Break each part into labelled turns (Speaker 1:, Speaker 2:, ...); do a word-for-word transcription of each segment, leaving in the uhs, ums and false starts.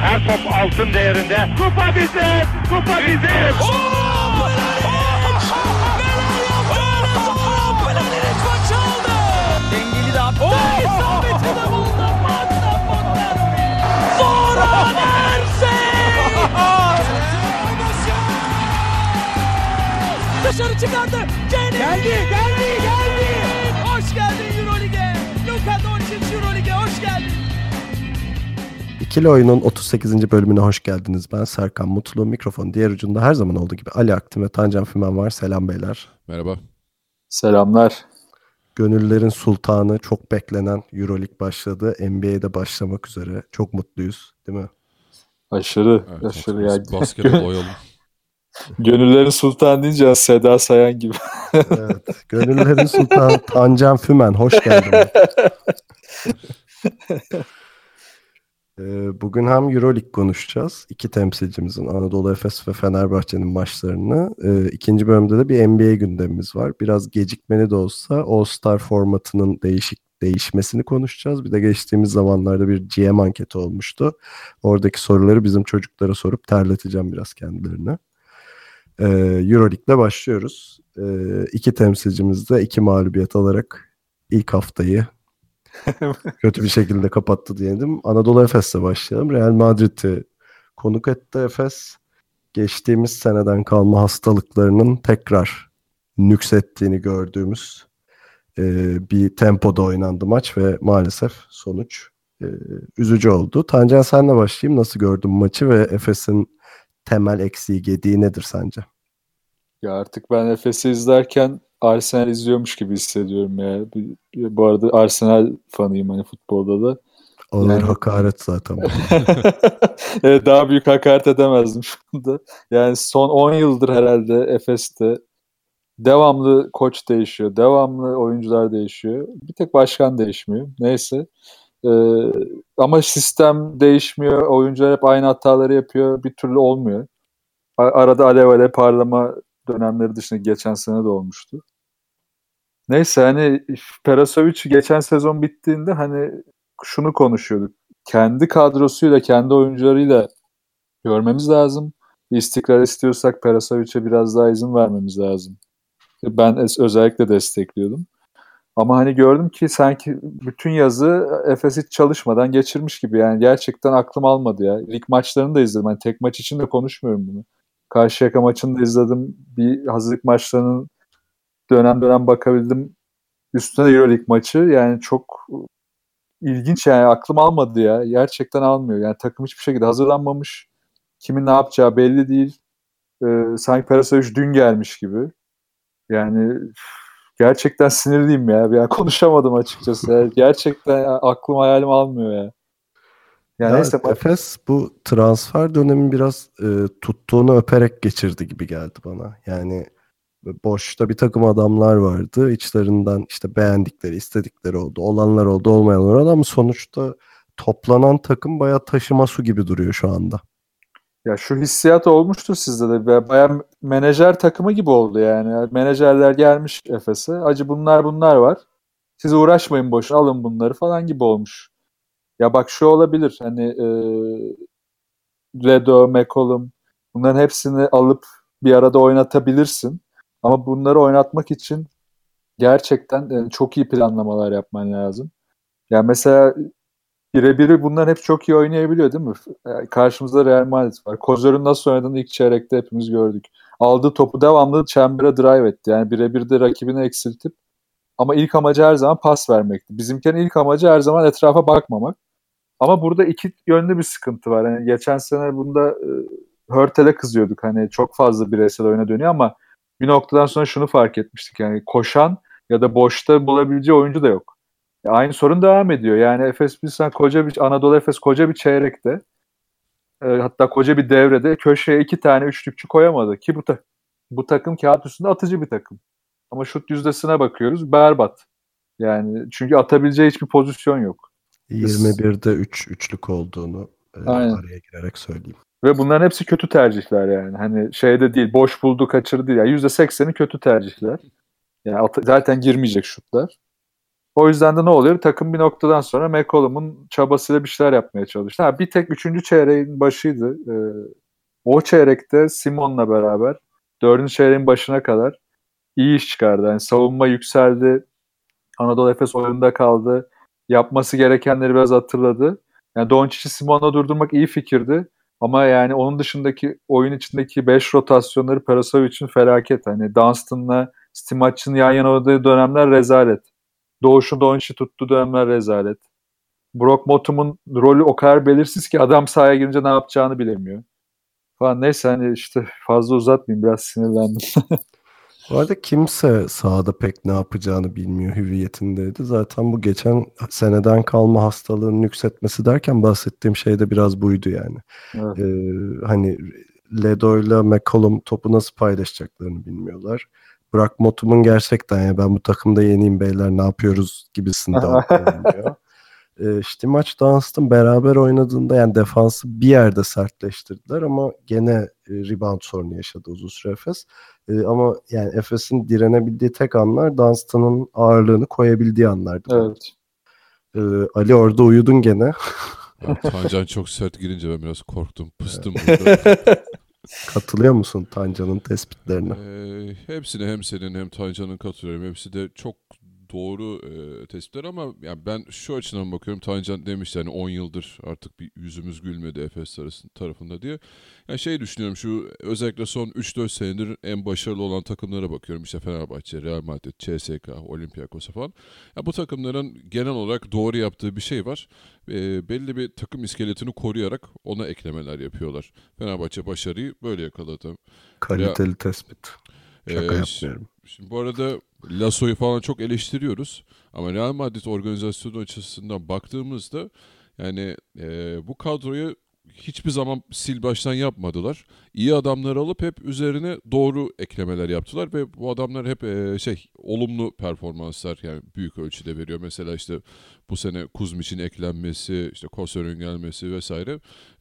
Speaker 1: Her top altın değerinde. Kupa bizim, kupa bizim.
Speaker 2: Oh, Mladenovic maçı aldı. Dengeli de attı. İsabeti de buldu. Magna Fontaine. Zoran Ersin. Dışarı çıkardı. Geldi, geldi, geldi. Hoş geldin Euroleague'e. Luka Doncic Euroleague'e hoş geldin.
Speaker 3: İkili Oyun'un otuz sekizinci bölümüne hoş geldiniz. Ben Serkan Mutlu. Mikrofon diğer ucunda her zaman olduğu gibi Ali Aktin ve Tancan Fümen var. Selam beyler.
Speaker 4: Merhaba.
Speaker 5: Selamlar.
Speaker 3: Gönüllerin sultanı, çok beklenen Euroleague başladı. N B A'de başlamak üzere. Çok mutluyuz, değil mi?
Speaker 5: Aşırı,
Speaker 4: Evet,
Speaker 5: aşırı
Speaker 4: bas-
Speaker 5: yani.
Speaker 4: Basketbol oyalım.
Speaker 5: Gönüllerin sultanı deyince Seda Sayan gibi.
Speaker 3: Evet. Gönüllerin sultanı Tancan Fümen. Hoş geldin. Ee, Bugün hem Euroleague konuşacağız. İki temsilcimizin Anadolu Efes ve Fenerbahçe'nin maçlarını. Ee, ikinci bölümde de bir N B A gündemimiz var. Biraz gecikmeli de olsa All-Star formatının değişik değişmesini konuşacağız. Bir de geçtiğimiz zamanlarda bir G M anketi olmuştu. Oradaki soruları bizim çocuklara sorup terleteceğim biraz kendilerine. Ee, Euroleague'le başlıyoruz. Ee, iki temsilcimiz de iki mağlubiyet alarak ilk haftayı kötü bir şekilde kapattı diyelim. Anadolu Efes'le başlayalım. Real Madrid'i konuk etti Efes. Geçtiğimiz seneden kalma hastalıklarının tekrar nüksettiğini gördüğümüz e, bir tempoda oynandı maç ve maalesef sonuç e, üzücü oldu. Tancan senle başlayayım. Nasıl gördün maçı ve Efes'in temel eksiği, gediği nedir sence?
Speaker 5: Ya artık ben Efes'i izlerken Arsenal izliyormuş gibi hissediyorum ya. Bu, bu arada Arsenal fanıyım hani futbolda da.
Speaker 3: Ağır
Speaker 5: Yani-
Speaker 3: hakaret zaten.
Speaker 5: Evet, daha büyük hakaret edemezdim şu anda. Yani son on yıldır herhalde Efes'te devamlı koç değişiyor. Devamlı oyuncular değişiyor. Bir tek başkan değişmiyor. Neyse. Ee, ama sistem değişmiyor. Oyuncular hep aynı hataları yapıyor. Bir türlü olmuyor. A- Arada alev alev parlama dönemleri dışında geçen sene de olmuştu. Neyse hani Perasovic geçen sezon bittiğinde hani şunu konuşuyorduk. Kendi kadrosuyla, kendi oyuncularıyla görmemiz lazım. İstikrar istiyorsak Perasovic'e biraz daha izin vermemiz lazım. Ben es- özellikle destekliyordum. Ama hani gördüm ki sanki bütün yazı Efes hiç çalışmadan geçirmiş gibi. Yani gerçekten aklım almadı ya. Lig maçlarını da izledim. Hani tek maç için de konuşmuyorum bunu. Karşıyaka maçını da izledim. Bir hazırlık maçlarının dönem dönem bakabildim. Üstüne de Euroleague maçı. Yani çok ilginç yani. Aklım almadı ya. Gerçekten almıyor. Yani takım hiçbir şekilde hazırlanmamış. Kimin ne yapacağı belli değil. Ee, sanki Perasovic dün gelmiş gibi. Yani gerçekten sinirliyim ya. Yani konuşamadım açıkçası. Yani gerçekten aklım hayalim almıyor ya. Yani
Speaker 3: Ya
Speaker 5: neyse.
Speaker 3: Efes bu transfer dönemi biraz e, tuttuğunu öperek geçirdi gibi geldi bana. Yani boşta bir takım adamlar vardı. İçlerinden işte beğendikleri, istedikleri oldu. Olanlar oldu, olmayanlar oldu ama sonuçta toplanan takım bayağı taşıma su gibi duruyor şu anda.
Speaker 5: Ya şu hissiyat olmuştur sizde de. Ve bayağı menajer takımı gibi oldu yani. Yani menajerler gelmiş Efes'e. Acı bunlar bunlar var. Siz uğraşmayın boşuna, alın bunları falan gibi olmuş. Ya bak şu olabilir. Hani e, Ledo, McCollum bunların hepsini alıp bir arada oynatabilirsin. Ama bunları oynatmak için gerçekten e, çok iyi planlamalar yapman lazım. Yani mesela birebiri bunların hep çok iyi oynayabiliyor değil mi? Yani karşımızda Real Madrid var. Kozer'in nasıl oynadığını ilk çeyrekte hepimiz gördük. Aldığı topu devamlı çembere drive etti. Yani birebir de rakibini eksiltip ama ilk amacı her zaman pas vermekti. Bizimkinin ilk amacı her zaman etrafa bakmamak. Ama burada iki yönlü bir sıkıntı var. Yani geçen sene bunda e, Hörtel'e kızıyorduk. Hani çok fazla bireysel oyuna dönüyor ama bir noktadan sonra şunu fark etmiştik. Yani koşan ya da boşta bulabileceği oyuncu da yok. Ya aynı sorun devam ediyor. Yani Efes bilsen koca bir Anadolu Efes koca bir çeyrekte e, hatta koca bir devrede köşeye iki tane üçlükçü koyamadı ki bu ta- bu takım kağıt üstünde atıcı bir takım. Ama şut yüzdesine bakıyoruz berbat. Yani çünkü atabileceği hiçbir pozisyon yok.
Speaker 3: yirmi birde üç üçlük olduğunu e,
Speaker 5: Aynen.
Speaker 3: araya girerek söyleyeyim.
Speaker 5: Ve bunların hepsi kötü tercihler yani. Hani şeyde değil, boş buldu kaçırdı değil. Yani yüzde sekseni kötü tercihler. Yani at- zaten girmeyecek şutlar. O yüzden de ne oluyor? Takım bir noktadan sonra McCollum'un çabasıyla bir şeyler yapmaya çalıştı. Ha, bir tek üçüncü çeyreğin başıydı. Ee, o çeyrekte Simon'la beraber dördüncü çeyreğin başına kadar iyi iş çıkardı. Yani savunma yükseldi. Anadolu Efes oyunda kaldı. Yapması gerekenleri biraz hatırladı. Yani Doncic'i Simon'la durdurmak iyi fikirdi. Ama yani onun dışındaki oyun içindeki beş rotasyonları Perasovic'in felaket. Hani Dunstan'la Stimac'ın yan yana oynadığı dönemler rezalet. Doğuş'un Doncic'i tuttuğu dönemler rezalet. Brock Motum'un rolü o kadar belirsiz ki adam sahaya girince ne yapacağını bilemiyor. Falan. Neyse hani işte fazla uzatmayayım, biraz sinirlendim.
Speaker 3: Bu arada kimse sahada pek ne yapacağını bilmiyor hüviyetindeydi. Zaten bu geçen seneden kalma hastalığın yükseltmesi derken bahsettiğim şey de biraz buydu yani.
Speaker 5: Evet.
Speaker 3: Ee, hani Ledo'yla McCollum topu nasıl paylaşacaklarını bilmiyorlar. Brock Motum'un gerçekten ya ben bu takımda yeniyim beyler ne yapıyoruz gibisinde oynuyor. Ee, işte maç Dunstan beraber oynadığında yani defansı bir yerde sertleştirdiler ama gene e, rebound sorunu yaşadı uzun süre Efes. E, ama yani Efes'in direnebildiği tek anlar Dunstan'ın ağırlığını koyabildiği anlardı.
Speaker 5: Evet.
Speaker 3: E, Ali orada uyudun gene.
Speaker 4: Ya, Tancan çok sert girince ben biraz korktum. Pıstım burada.
Speaker 3: Katılıyor musun Tancan'ın tespitlerine?
Speaker 4: Ee, hepsine hem senin hem Tancan'ın katılıyorum. Hepsi de çok doğru e, tespitler ama yani ben şu açıdan bakıyorum. Tancan demiş yani on yıldır artık bir yüzümüz gülmedi Efes tarafında diye. Yani şey düşünüyorum şu özellikle son üç dört senedir en başarılı olan takımlara bakıyorum. İşte Fenerbahçe, Real Madrid, C S K, Olympiakos falan. Ya bu takımların genel olarak doğru yaptığı bir şey var. E, belli bir takım iskeletini koruyarak ona eklemeler yapıyorlar. Fenerbahçe başarıyı böyle yakaladı.
Speaker 3: Kaliteli Real, tespit. Şaka
Speaker 4: e,
Speaker 3: yapmıyorum.
Speaker 4: Şimdi bu arada Lasso'yu falan çok eleştiriyoruz. Ama Real Madrid organizasyonu açısından baktığımızda yani e, bu kadroyu hiçbir zaman sil baştan yapmadılar. İyi adamları alıp hep üzerine doğru eklemeler yaptılar ve bu adamlar hep e, şey olumlu performanslar yani büyük ölçüde veriyor. Mesela işte bu sene Kuzmic'in eklenmesi, işte Kosor'un gelmesi vesaire.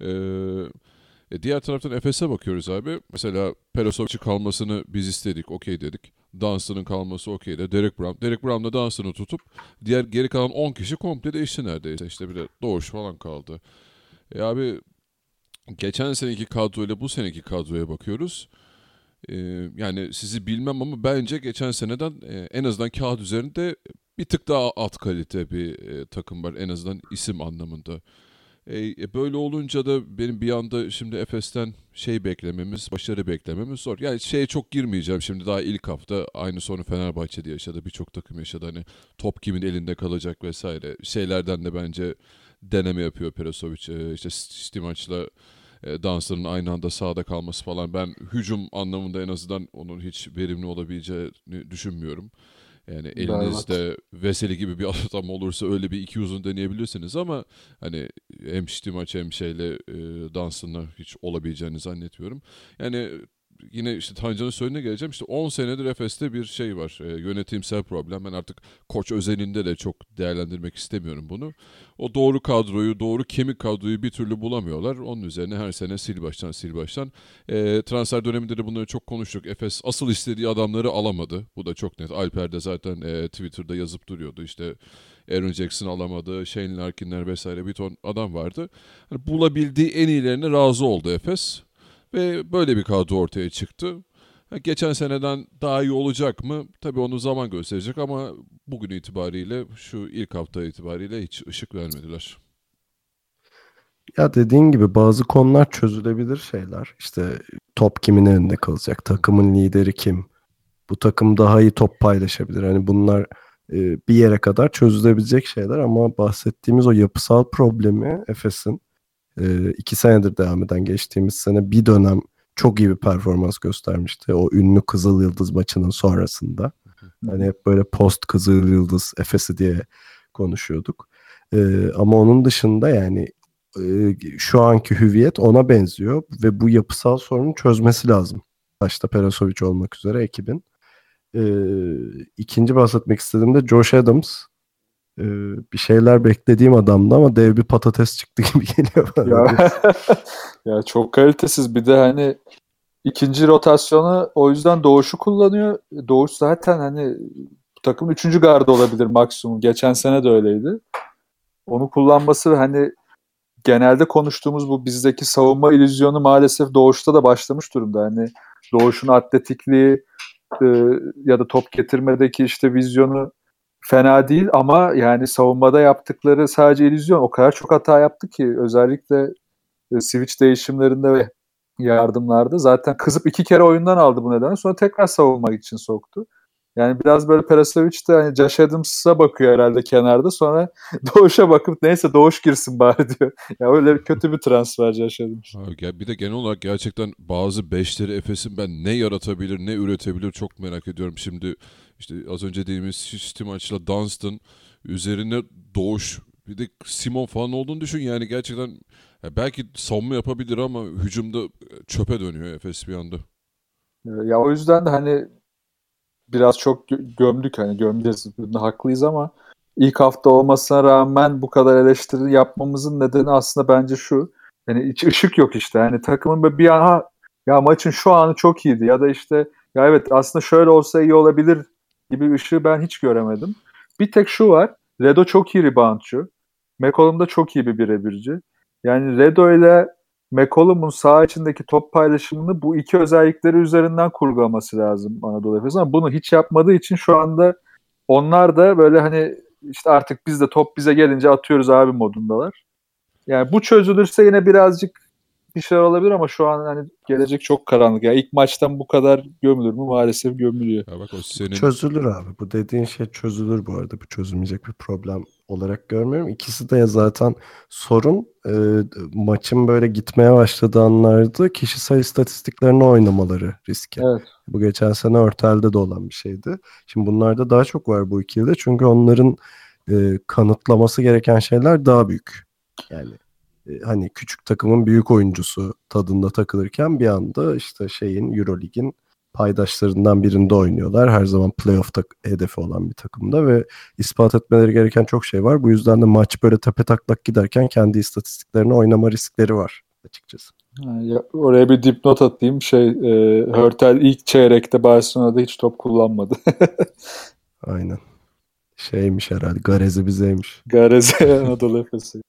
Speaker 4: Eee E diğer taraftan Efes'e bakıyoruz abi. Mesela Perasovic'in kalmasını biz istedik, okey dedik. Dunstan'ın kalması okey de. Derek Brown. Derek Brown da Dunstan'ı tutup diğer geri kalan on kişi komple değişti neredeyse. İşte bir de Doğuş falan kaldı. E abi geçen seneki kadroyla bu seneki kadroya bakıyoruz. E, yani sizi bilmem ama bence geçen seneden e, en azından kağıt üzerinde bir tık daha alt kalite bir e, takım var. En azından isim anlamında. E, böyle olunca da benim bir anda şimdi Efes'ten şey beklememiz, başarı beklememiz zor. Yani şeye çok girmeyeceğim şimdi daha ilk hafta aynı sorunu Fenerbahçe'de yaşadı, birçok takım yaşadı. Hani top kimin elinde kalacak vesaire şeylerden de bence deneme yapıyor Perasovic. E, işte Stimac'la e, Dunstan'ın aynı anda sahada kalması falan ben hücum anlamında en azından onun hiç verimli olabileceğini düşünmüyorum. Yani elinizde Veseli gibi bir adam olursa öyle bir iki uzun deneyebilirsiniz ama hani hem Stimac hem şeyle e, Dunstan'la hiç olabileceğini zannetmiyorum. Yani yine işte Tancan'ın söylediğine geleceğim. İşte on senedir Efes'te bir şey var. E, yönetimsel problem. Ben artık koç özelinde de çok değerlendirmek istemiyorum bunu. O doğru kadroyu, doğru kemik kadroyu bir türlü bulamıyorlar. Onun üzerine her sene sil baştan sil baştan. E, transfer döneminde de bunları çok konuştuk. Efes asıl istediği adamları alamadı. Bu da çok net. Alper de zaten e, Twitter'da yazıp duruyordu. İşte Aaron Jackson alamadı, Shane Larkin'ler vesaire bir ton adam vardı. Yani bulabildiği en iyilerine razı oldu Efes. Ve böyle bir kadro ortaya çıktı. Geçen seneden daha iyi olacak mı? Tabii onu zaman gösterecek ama bugün itibariyle şu ilk hafta itibariyle hiç ışık vermediler.
Speaker 3: Ya dediğin gibi bazı konular çözülebilir şeyler. İşte top kimin elinde kalacak? Takımın lideri kim? Bu takım daha iyi top paylaşabilir. Hani bunlar e, bir yere kadar çözülebilecek şeyler ama bahsettiğimiz o yapısal problemi Efes'in e, iki senedir devam eden geçtiğimiz sene bir dönem çok iyi bir performans göstermişti. O ünlü Kızıl Yıldız maçının sonrasında. Hani hep böyle post Kızıl Yıldız Efes'i diye konuşuyorduk. E, ama onun dışında yani e, şu anki hüviyet ona benziyor ve bu yapısal sorunu çözmesi lazım. Başta Perasovic olmak üzere ekibin. Ee, ikinci bahsetmek istediğimde Josh Adams. Ee, bir şeyler beklediğim adamdı ama dev bir patates çıktı gibi geliyor bana.
Speaker 5: Ya, ya çok kalitesiz. Bir de hani ikinci rotasyonu o yüzden Doğuş'u kullanıyor. Doğuş zaten hani Bu takımın üçüncü gardı olabilir maksimum. Geçen sene de öyleydi. Onu kullanması hani genelde konuştuğumuz bu bizdeki savunma illüzyonu maalesef Doğuş'ta da başlamış durumda. Hani Doğuş'un atletikliği e, ya da top getirmedeki işte vizyonu fena değil ama yani savunmada yaptıkları sadece illüzyon. O kadar çok hata yaptı ki özellikle e, switch değişimlerinde ve yardımlarda zaten kızıp iki kere oyundan aldı bu nedenle. Sonra tekrar savunmak için soktu. Yani biraz böyle Perasovic de hani Josh Adams'a bakıyor herhalde kenarda. Sonra Doğuş'a bakıp neyse Doğuş girsin bari diyor. Ya öyle kötü bir transfer Josh Adams.
Speaker 4: Ha, bir de genel olarak gerçekten bazı beşleri Efes'in ben ne yaratabilir ne üretebilir çok merak ediyorum. Şimdi işte az önce dediğimiz City maçla Dunstan üzerine Doğuş bir de Simon falan olduğunu düşün. Yani gerçekten ya belki savunma yapabilir ama hücumda çöpe dönüyor Efes bir anda.
Speaker 5: Ya o yüzden de hani biraz çok gö- gömdük hani gömeceğiz. Bunda haklıyız ama ilk hafta olmasına rağmen bu kadar eleştiri yapmamızın nedeni aslında bence şu. Yani hiç ışık yok işte. Yani takımın böyle bir an ha, ya maçın şu anı çok iyiydi ya da işte ya evet aslında şöyle olsa iyi olabilir gibi ışığı ben hiç göremedim. Bir tek şu var. Redo çok iyi reboundçu. McCollum da çok iyi bir birebirci. Yani Redo ile McCollum'un saha içindeki top paylaşımını bu iki özellikleri üzerinden kurgulaması lazım Anadolu Efes ama bunu hiç yapmadığı için şu anda onlar da böyle hani işte artık biz de top bize gelince atıyoruz abi modundalar. Yani bu çözülürse yine birazcık bir şey olabilir ama şu an hani gelecek çok karanlık. Yani ilk maçtan bu kadar gömülür mü? Maalesef gömülüyor.
Speaker 4: Ya bak o senin
Speaker 3: Çözülür abi. Bu dediğin şey çözülür bu arada. Bu çözülmeyecek bir problem olarak görmüyorum. İkisi de ya zaten sorun e, maçın böyle gitmeye başladığı anlarda kişisel istatistiklerini oynamaları riski.
Speaker 5: Evet.
Speaker 3: Bu geçen sene Örtel'de de olan bir şeydi. Şimdi bunlarda daha çok var bu ikilide. Çünkü onların e, kanıtlaması gereken şeyler daha büyük. Yani e, hani küçük takımın büyük oyuncusu tadında takılırken bir anda işte şeyin Eurolig'in paydaşlarından birinde oynuyorlar. Her zaman playoff'ta hedefi olan bir takımda ve ispat etmeleri gereken çok şey var. Bu yüzden de maç böyle tepe taklak giderken kendi istatistiklerini oynama riskleri var açıkçası.
Speaker 5: Ya, oraya bir dipnot atayım. Şey, e, Hörtel ilk çeyrekte Barcelona'da hiç top kullanmadı.
Speaker 3: Aynen. Şeymiş herhalde. Garezi bizeymiş.
Speaker 5: Gareze Anadolu Efes'i.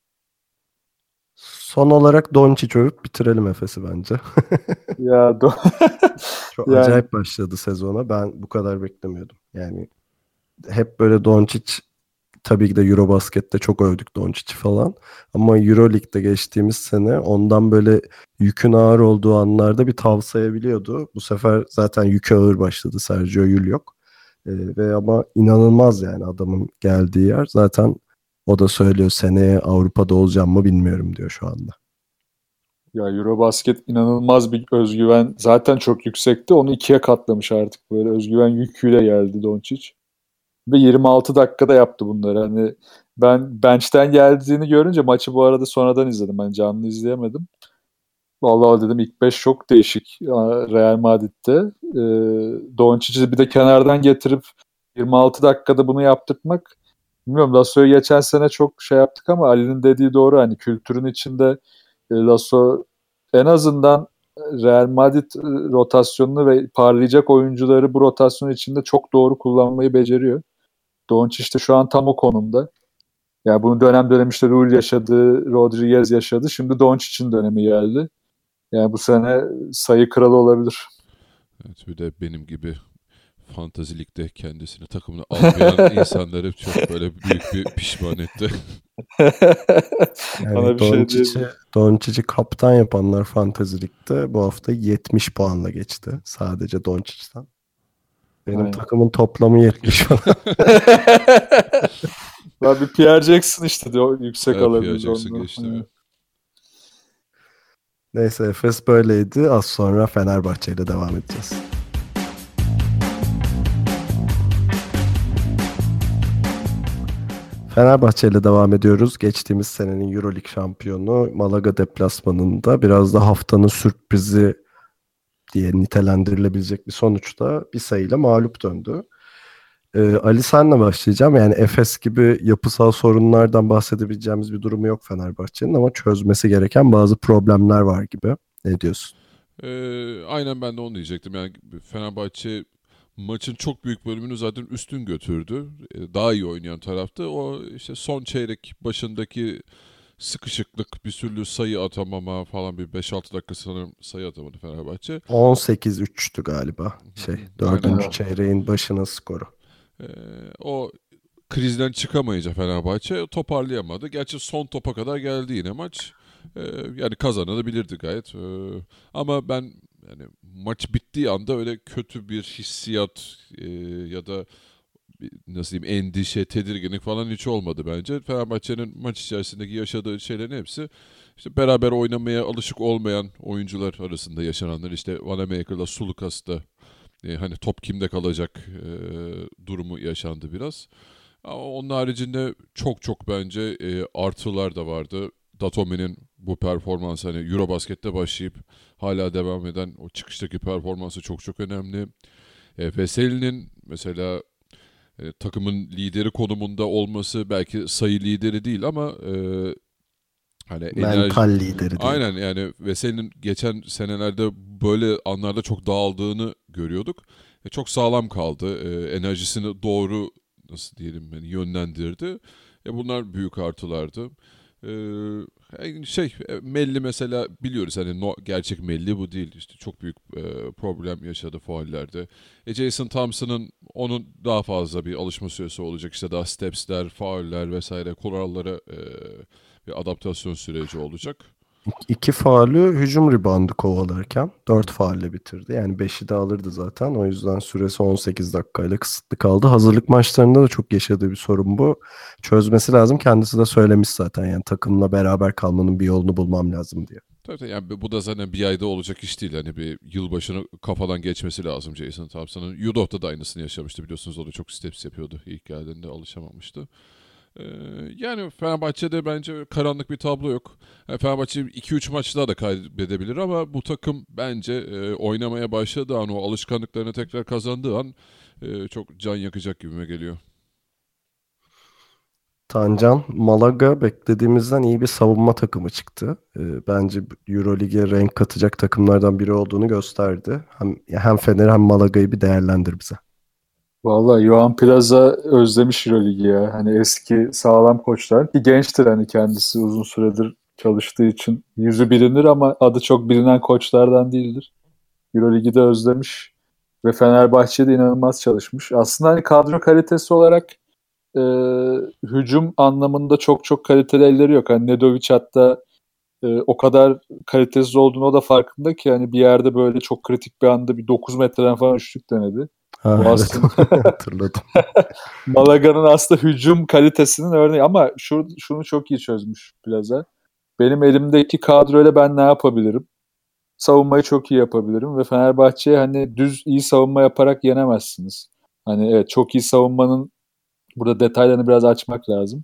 Speaker 3: Son olarak Doncic övüp bitirelim Efes'i bence.
Speaker 5: Ya do-
Speaker 3: Çok
Speaker 5: Yani-
Speaker 3: acayip başladı sezona. Ben bu kadar beklemiyordum. Yani hep böyle Doncic, tabii ki de Eurobasket'te çok övdük Doncic'i falan. Ama Euroleague'de geçtiğimiz sene ondan böyle yükün ağır olduğu anlarda bir tavsayabiliyordu. Bu sefer zaten yükü ağır başladı Sergio Llull yok. Ee, ve ama inanılmaz yani adamın geldiği yer. Zaten o da söylüyor seneye Avrupa'da olacağım mı bilmiyorum diyor şu anda.
Speaker 5: Ya Eurobasket inanılmaz bir özgüven. Zaten çok yüksekti. Onu ikiye katlamış artık. Böyle özgüven yüküyle geldi Doncic. Ve yirmi altı dakikada yaptı bunları. Hani ben bench'ten geldiğini görünce maçı bu arada sonradan izledim. Ben canlı izleyemedim. Vallahi dedim ilk beş çok değişik Real Madrid'de. Ee, Doncic'i bir de kenardan getirip yirmi altı dakikada bunu yaptırtmak, bilmiyorum, Lasso'yu geçen sene çok şey yaptık ama Ali'nin dediği doğru. Hani kültürün içinde e, Lasso en azından Real Madrid e, rotasyonunu ve parlayacak oyuncuları bu rotasyon içinde çok doğru kullanmayı beceriyor. Doncic de şu an tam o konumda. Yani bunu dönem dönem işte Rui yaşadı, Rodriguez yaşadı. Şimdi Doncic'in dönemi geldi. Yani bu sene sayı kralı olabilir.
Speaker 4: evet, bir de benim gibi fantazilikte kendisini takımına almayan insanları çok böyle büyük bir pişman etti.
Speaker 5: Bana
Speaker 3: Yani
Speaker 5: bir şey
Speaker 3: Doncic'i
Speaker 5: değil.
Speaker 3: Doncic'i kaptan yapanlar Fantasy bu hafta yetmiş puanla geçti. Sadece Doncic'ten. Benim
Speaker 5: Aynen.
Speaker 3: takımın toplamı yetmiş falan.
Speaker 5: Ben bir Pierre Jackson işte diyor, yüksek
Speaker 4: Evet,
Speaker 5: alabilir.
Speaker 4: Pierre Jackson
Speaker 5: ondan.
Speaker 4: geçti.
Speaker 5: Evet.
Speaker 4: Evet.
Speaker 3: Neyse Efes böyleydi. Az sonra Fenerbahçe ile devam edeceğiz. Fenerbahçe ile devam ediyoruz. Geçtiğimiz senenin Euroleague şampiyonu Malaga deplasmanında biraz da haftanın sürprizi diye nitelendirilebilecek bir sonuçta bir sayıyla mağlup döndü. Ee, Ali senle başlayacağım. Yani Efes gibi yapısal sorunlardan bahsedebileceğimiz bir durumu yok Fenerbahçe'nin ama çözmesi gereken bazı problemler var gibi. Ne diyorsun?
Speaker 4: Ee, aynen ben de onu diyecektim. Yani Fenerbahçe maçın çok büyük bölümünü zaten üstün götürdü. Daha iyi oynayan taraftı. O işte son çeyrek başındaki sıkışıklık, bir türlü sayı atamama falan, bir beş altı dakika sanırım sayı atamadı Fenerbahçe.
Speaker 3: on sekiz üçtü galiba şey dördüncü
Speaker 4: Aynen.
Speaker 3: çeyreğin başına skoru.
Speaker 4: Ee, o krizden çıkamayınca Fenerbahçe toparlayamadı. Gerçi son topa kadar geldi yine maç. Ee, yani kazanabilirdi gayet. Ee, ama ben yani maç bittiği anda öyle kötü bir hissiyat e, ya da bir, nasıl diyeyim, endişe, tedirginlik falan hiç olmadı bence. Fenerbahçe'nin maç içerisindeki yaşadığı şeylerin hepsi işte beraber oynamaya alışık olmayan oyuncular arasında yaşananlar. İşte Vanamaker'la Sulukas'ta e, hani top kimde kalacak e, durumu yaşandı biraz. Ama onun haricinde çok çok bence e, artılar da vardı. Datome'nin bu performansı, hani Eurobasket'te başlayıp hala devam eden o çıkıştaki performansı çok çok önemli. E, Veseli'nin mesela e, takımın lideri konumunda olması, belki sayı lideri değil ama e, hani enerji...
Speaker 3: Mental lideri değil.
Speaker 4: Aynen, yani Veseli'nin geçen senelerde böyle anlarda çok dağıldığını görüyorduk. E, çok sağlam kaldı. E, enerjisini doğru, nasıl diyelim, yani yönlendirdi. E, bunlar büyük artılardı. Ee, şey Melli mesela, biliyoruz hani no, gerçek Melli bu değil, işte çok büyük e, problem yaşadı faullerde. E, Jason Thompson'ın, onun daha fazla bir alışma süresi olacak, işte daha stepsler, fauller vesaire kurallara e, bir adaptasyon süreci olacak.
Speaker 3: İki faulü hücum ribandı kovalarken dört faulle bitirdi. Yani beşi de alırdı zaten. O yüzden süresi on sekiz dakikayla kısıtlı kaldı. Hazırlık maçlarında da çok yaşadığı bir sorun bu. Çözmesi lazım. Kendisi de söylemiş zaten. Yani takımla beraber kalmanın bir yolunu bulmam lazım diye.
Speaker 4: Tabii tabii, yani bu da zaten bir ayda olacak iş değil. Hani bir yılbaşını kafadan geçmesi lazım Jason Thompson'ın. Udah'ta da aynısını yaşamıştı biliyorsunuz. O da çok steps yapıyordu. İlk geldiğinde alışamamıştı. Ee, yani Fenerbahçe'de bence karanlık bir tablo yok. Yani Fenerbahçe iki üç maç daha da kaybedebilir ama bu takım bence e, oynamaya başladığı an, o alışkanlıklarını tekrar kazandığı an e, çok can yakacak gibime geliyor.
Speaker 3: Tancan, Malaga beklediğimizden iyi bir savunma takımı çıktı. Ee, bence Euroleague'e renk katacak takımlardan biri olduğunu gösterdi. Hem, hem Fener hem Malaga'yı bir değerlendir bize.
Speaker 5: Vallahi Johan Plaza özlemiş Euroligi ya. Hani eski sağlam koçlar. Ki gençtir hani kendisi, uzun süredir çalıştığı için yüzü bilinir ama adı çok bilinen koçlardan değildir. Euroligi de özlemiş ve Fenerbahçe'de inanılmaz çalışmış. Aslında hani kadro kalitesi olarak e, hücum anlamında çok çok kaliteli elleri yok. Hani Nedovic hatta e, o kadar kalitesiz olduğunu o da farkında ki hani bir yerde böyle çok kritik bir anda bir dokuz metreden falan üçlük denedi.
Speaker 3: Ha,
Speaker 5: Bu
Speaker 3: evet,
Speaker 5: aslında
Speaker 3: hatırladım.
Speaker 5: Malaga'nın aslında hücum kalitesinin örneği ama şu, şunu çok iyi çözmüş Plaza. Benim elimdeki kadroyla ben ne yapabilirim? Savunmayı çok iyi yapabilirim ve Fenerbahçe'ye hani düz iyi savunma yaparak yenemezsiniz. Hani evet, çok iyi savunmanın burada detaylarını biraz açmak lazım.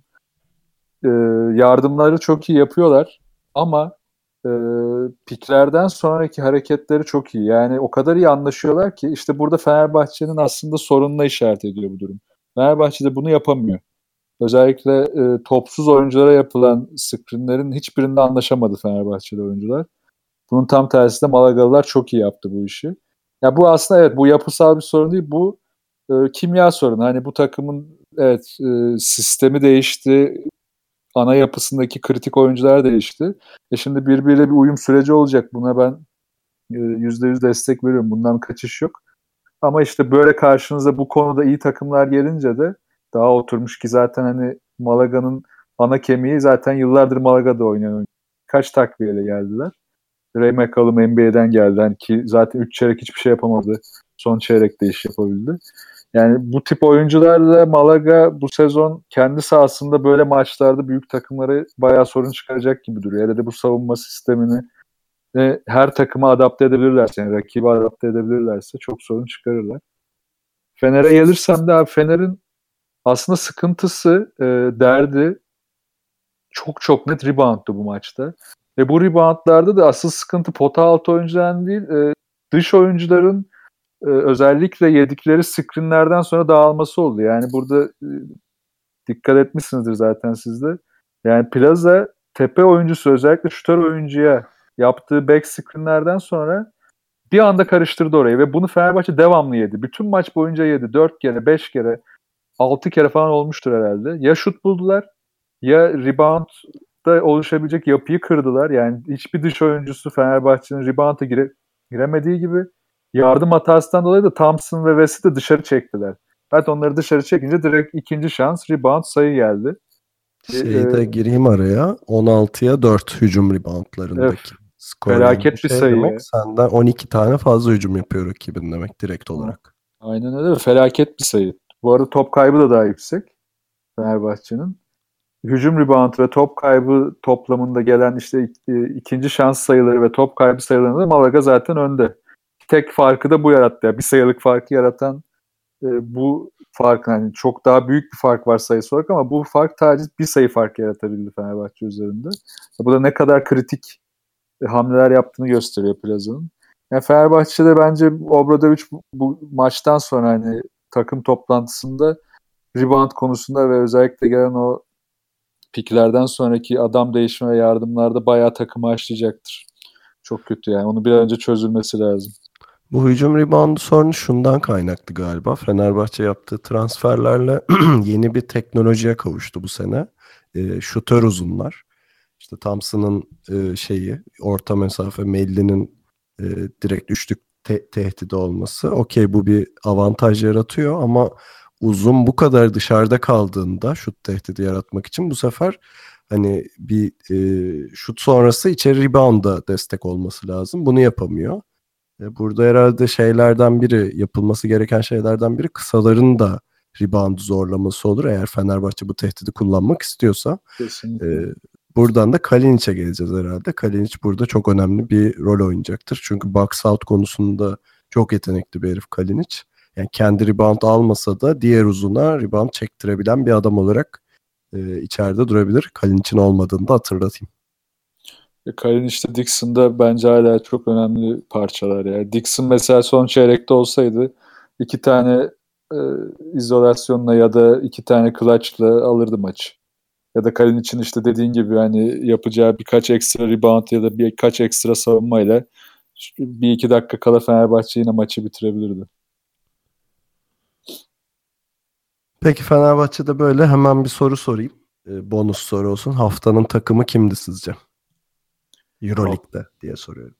Speaker 5: Ee, yardımları çok iyi yapıyorlar ama e, piklerden sonraki hareketleri çok iyi. Yani o kadar iyi anlaşıyorlar ki işte burada Fenerbahçe'nin aslında sorununa işaret ediyor bu durum. Fenerbahçe'de bunu yapamıyor. Özellikle e, topsuz oyunculara yapılan screenlerin hiçbirinde anlaşamadı Fenerbahçe'de oyuncular. Bunun tam tersi de Malagalılar çok iyi yaptı bu işi. Ya bu aslında evet, bu yapısal bir sorun değil, bu e, kimya sorunu. Hani bu takımın evet e, sistemi değişti, ana yapısındaki kritik oyuncular değişti. E şimdi birbiriyle bir uyum süreci olacak. Buna ben e, yüzde yüz destek veriyorum. Bundan kaçış yok. Ama işte böyle karşınıza bu konuda iyi takımlar gelince de daha oturmuş ki zaten hani Malaga'nın ana kemiği zaten yıllardır Malaga'da oynayan oyuncu. Kaç takviyeyle geldiler. Ray McCallum N B A'den geldi. Yani ki zaten üç çeyrek hiçbir şey yapamadı. Son çeyrekte iş yapabildi. Yani bu tip oyuncularla Malaga bu sezon kendi sahasında böyle maçlarda büyük takımlara bayağı sorun çıkaracak gibi duruyor. Hele de bu savunma sistemini ve her takıma adapte edebilirlerse, yani rakibi adapte edebilirlerse çok sorun çıkarırlar. Fener'e gelirsem de abi, Fener'in aslında sıkıntısı, e, derdi çok çok net rebound'tu bu maçta. Ve bu reboundlarda da asıl sıkıntı pota altı oyuncuların değil, e, dış oyuncuların e, özellikle yedikleri screenlerden sonra dağılması oldu. Yani burada e, dikkat etmişsinizdir zaten siz de. Yani Plaza tepe oyuncusu, özellikle şutör oyuncuya yaptığı back screenlerden sonra bir anda karıştırdı orayı ve bunu Fenerbahçe devamlı yedi. Bütün maç boyunca yedi. dört kere, beş kere, altı kere falan olmuştur herhalde. Ya şut buldular ya reboundda oluşabilecek yapıyı kırdılar. Yani hiçbir dış oyuncusu Fenerbahçe'nin rebound'a gire, giremediği gibi yardım hatasından dolayı da Thompson ve West'i de dışarı çektiler. Evet, onları dışarı çekince direkt ikinci şans rebound sayı geldi.
Speaker 3: Şeyi de gireyim araya. on altıya dört hücum reboundlarındaki.
Speaker 5: Evet.
Speaker 3: Skor
Speaker 5: Felaket
Speaker 3: yani.
Speaker 5: bir
Speaker 3: Şey
Speaker 5: sayı.
Speaker 3: demek, senden on iki tane fazla hücum yapıyor rakibin demek direkt olarak.
Speaker 5: Aynen öyle. Felaket bir sayı. Bu arada top kaybı da daha yüksek Fenerbahçe'nin. Hücum rebound ve top kaybı toplamında gelen işte ikinci şans sayıları ve top kaybı sayılarında Malaga zaten önde. Tek farkı da bu yarattı. Yani bir sayılık farkı yaratan e, bu fark, yani çok daha büyük bir fark var sayısı olarak ama bu fark sadece bir sayı farkı yaratabildi Fenerbahçe üzerinde. Bu da ne kadar kritik e, hamleler yaptığını gösteriyor Plaza'nın. Yani Fenerbahçe'de bence Obradović bu, bu maçtan sonra hani takım toplantısında rebound konusunda ve özellikle gelen o piklerden sonraki adam değişme ve yardımlarda bayağı takımı aşlayacaktır. Çok kötü yani. Onu bir an önce çözülmesi lazım.
Speaker 3: Bu hücum reboundu sorunu şundan kaynaklı galiba. Fenerbahçe yaptığı transferlerle yeni bir teknolojiye kavuştu bu sene. E, şutör uzunlar. İşte Thompson'ın e, şeyi, orta mesafe, Melli'nin e, direkt üçlük te- tehdidi olması. Okey, bu bir avantaj yaratıyor ama uzun bu kadar dışarıda kaldığında şut tehdidi yaratmak için bu sefer hani bir e, şut sonrası içeri rebound'a destek olması lazım. Bunu yapamıyor. E, burada herhalde şeylerden biri, yapılması gereken şeylerden biri kısaların da rebound zorlaması olur. Eğer Fenerbahçe bu tehdidi kullanmak istiyorsa.
Speaker 5: Kesinlikle.
Speaker 3: E, buradan da Kalinic'e geleceğiz herhalde. Kalinic burada çok önemli bir rol oynayacaktır. Çünkü box out konusunda çok yetenekli bir herif Kalinic. Yani kendi rebound almasa da diğer uzuna rebound çektirebilen bir adam olarak e, içeride durabilir. Kalinic'in olmadığını da hatırlatayım.
Speaker 5: Kalinic'te Dixon'da bence hala çok önemli parçalar. Yani Dixon mesela son çeyrekte olsaydı iki tane e, izolasyonla ya da iki tane clutch'la alırdı maçı. Ya da Kalinic'in işte dediğin gibi hani yapacağı birkaç ekstra rebound ya da birkaç ekstra savunmayla bir iki dakika kala Fenerbahçe yine maçı bitirebilirdi.
Speaker 3: Peki Fenerbahçe'de böyle hemen bir soru sorayım. E, bonus soru olsun. Haftanın takımı kimdi sizce? Euroleague'de diye soruyorum.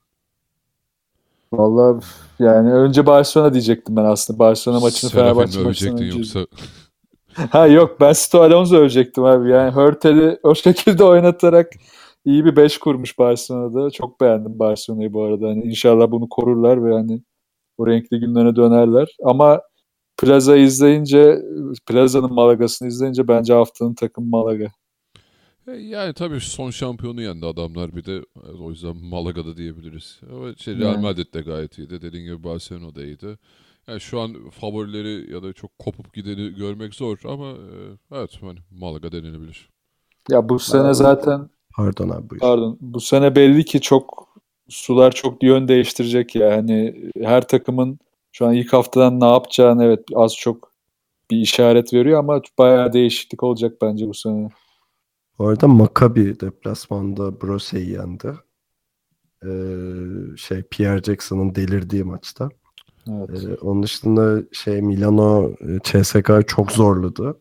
Speaker 5: Vallahi yani önce Barcelona diyecektim ben aslında. Barcelona maçını Fenerbahçe maçından önce.
Speaker 4: Yoksa...
Speaker 5: ha yok, ben Sto Alonso övecektim abi. Yani Hurtel'i o şekilde oynatarak iyi bir beş kurmuş Barcelona'da. Çok beğendim Barcelona'yı bu arada. Hani inşallah bunu korurlar ve hani o renkli günlerine dönerler. Ama Plaza izleyince, Plaza'nın Malaga'sını izleyince bence haftanın takım Malaga.
Speaker 4: Yani tabii son şampiyonu yendi adamlar, bir de o yüzden Malaga'da diyebiliriz. Ama şey, Real
Speaker 5: Yani.
Speaker 4: Madrid de gayet iyiydi. Dediğin gibi Barcelona'da iyiydi. Yani şu an favorileri ya da çok kopup gideni görmek zor ama evet hani Malaga denilebilir.
Speaker 5: Ya bu sene zaten
Speaker 3: Pardon abi buyur.
Speaker 5: Pardon. Bu sene belli ki çok sular çok yön değiştirecek ya. Hani her takımın şu an ilk haftadan ne yapacağını evet az çok bir işaret veriyor ama bayağı değişiklik olacak bence bu sene.
Speaker 3: Bu arada Maccabi deplasmanda Brose'yi yendi. Ee, şey Pierre Jackson'ın delirdiği maçta.
Speaker 5: Evet.
Speaker 3: Ee, onun dışında şey Milano C S K'yı çok zorladı.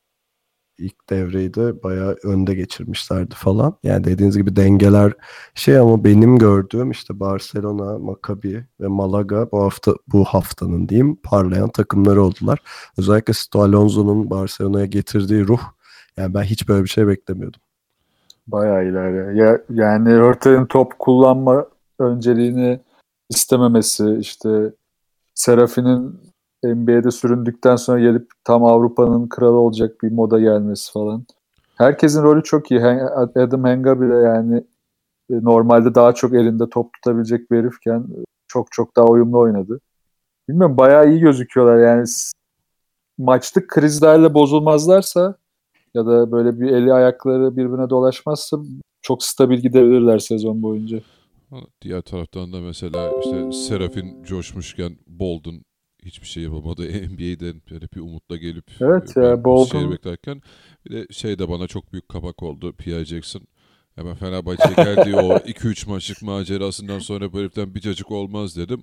Speaker 3: İlk devreyi de bayağı önde geçirmişlerdi falan. Yani dediğiniz gibi dengeler şey, ama benim gördüğüm işte Barcelona, Maccabi ve Malaga bu hafta bu haftanın diyeyim parlayan takımları oldular. Özellikle Sto Alonso'nun Barcelona'ya getirdiği ruh, yani ben hiç böyle bir şey beklemiyordum.
Speaker 5: Bayağı ileride. Ya, yani Hurtel'in top kullanma önceliğini istememesi, işte Serafin'in N B A'de süründükten sonra gelip tam Avrupa'nın kralı olacak bir moda gelmesi falan. Herkesin rolü çok iyi. Adam Henga bile yani normalde daha çok elinde top tutabilecek bir herifken çok çok daha uyumlu oynadı. Bilmiyorum, bayağı iyi gözüküyorlar yani. Maçlık krizlerle bozulmazlarsa ya da böyle bir eli ayakları birbirine dolaşmazsa çok stabil gidebilirler sezon boyunca.
Speaker 4: Diğer taraftan da mesela işte Serafin coşmuşken Bolden hiçbir şey yapamadı. N B A'den böyle bir umutla gelip
Speaker 5: evet ya, Bolden
Speaker 4: şey beklerken bir de şey de bana çok büyük kapak oldu. Pierre Jackson Hemen Fenerbahçe geldiği o iki üç maçlık macerasından sonra bu heriften bir cacık olmaz dedim.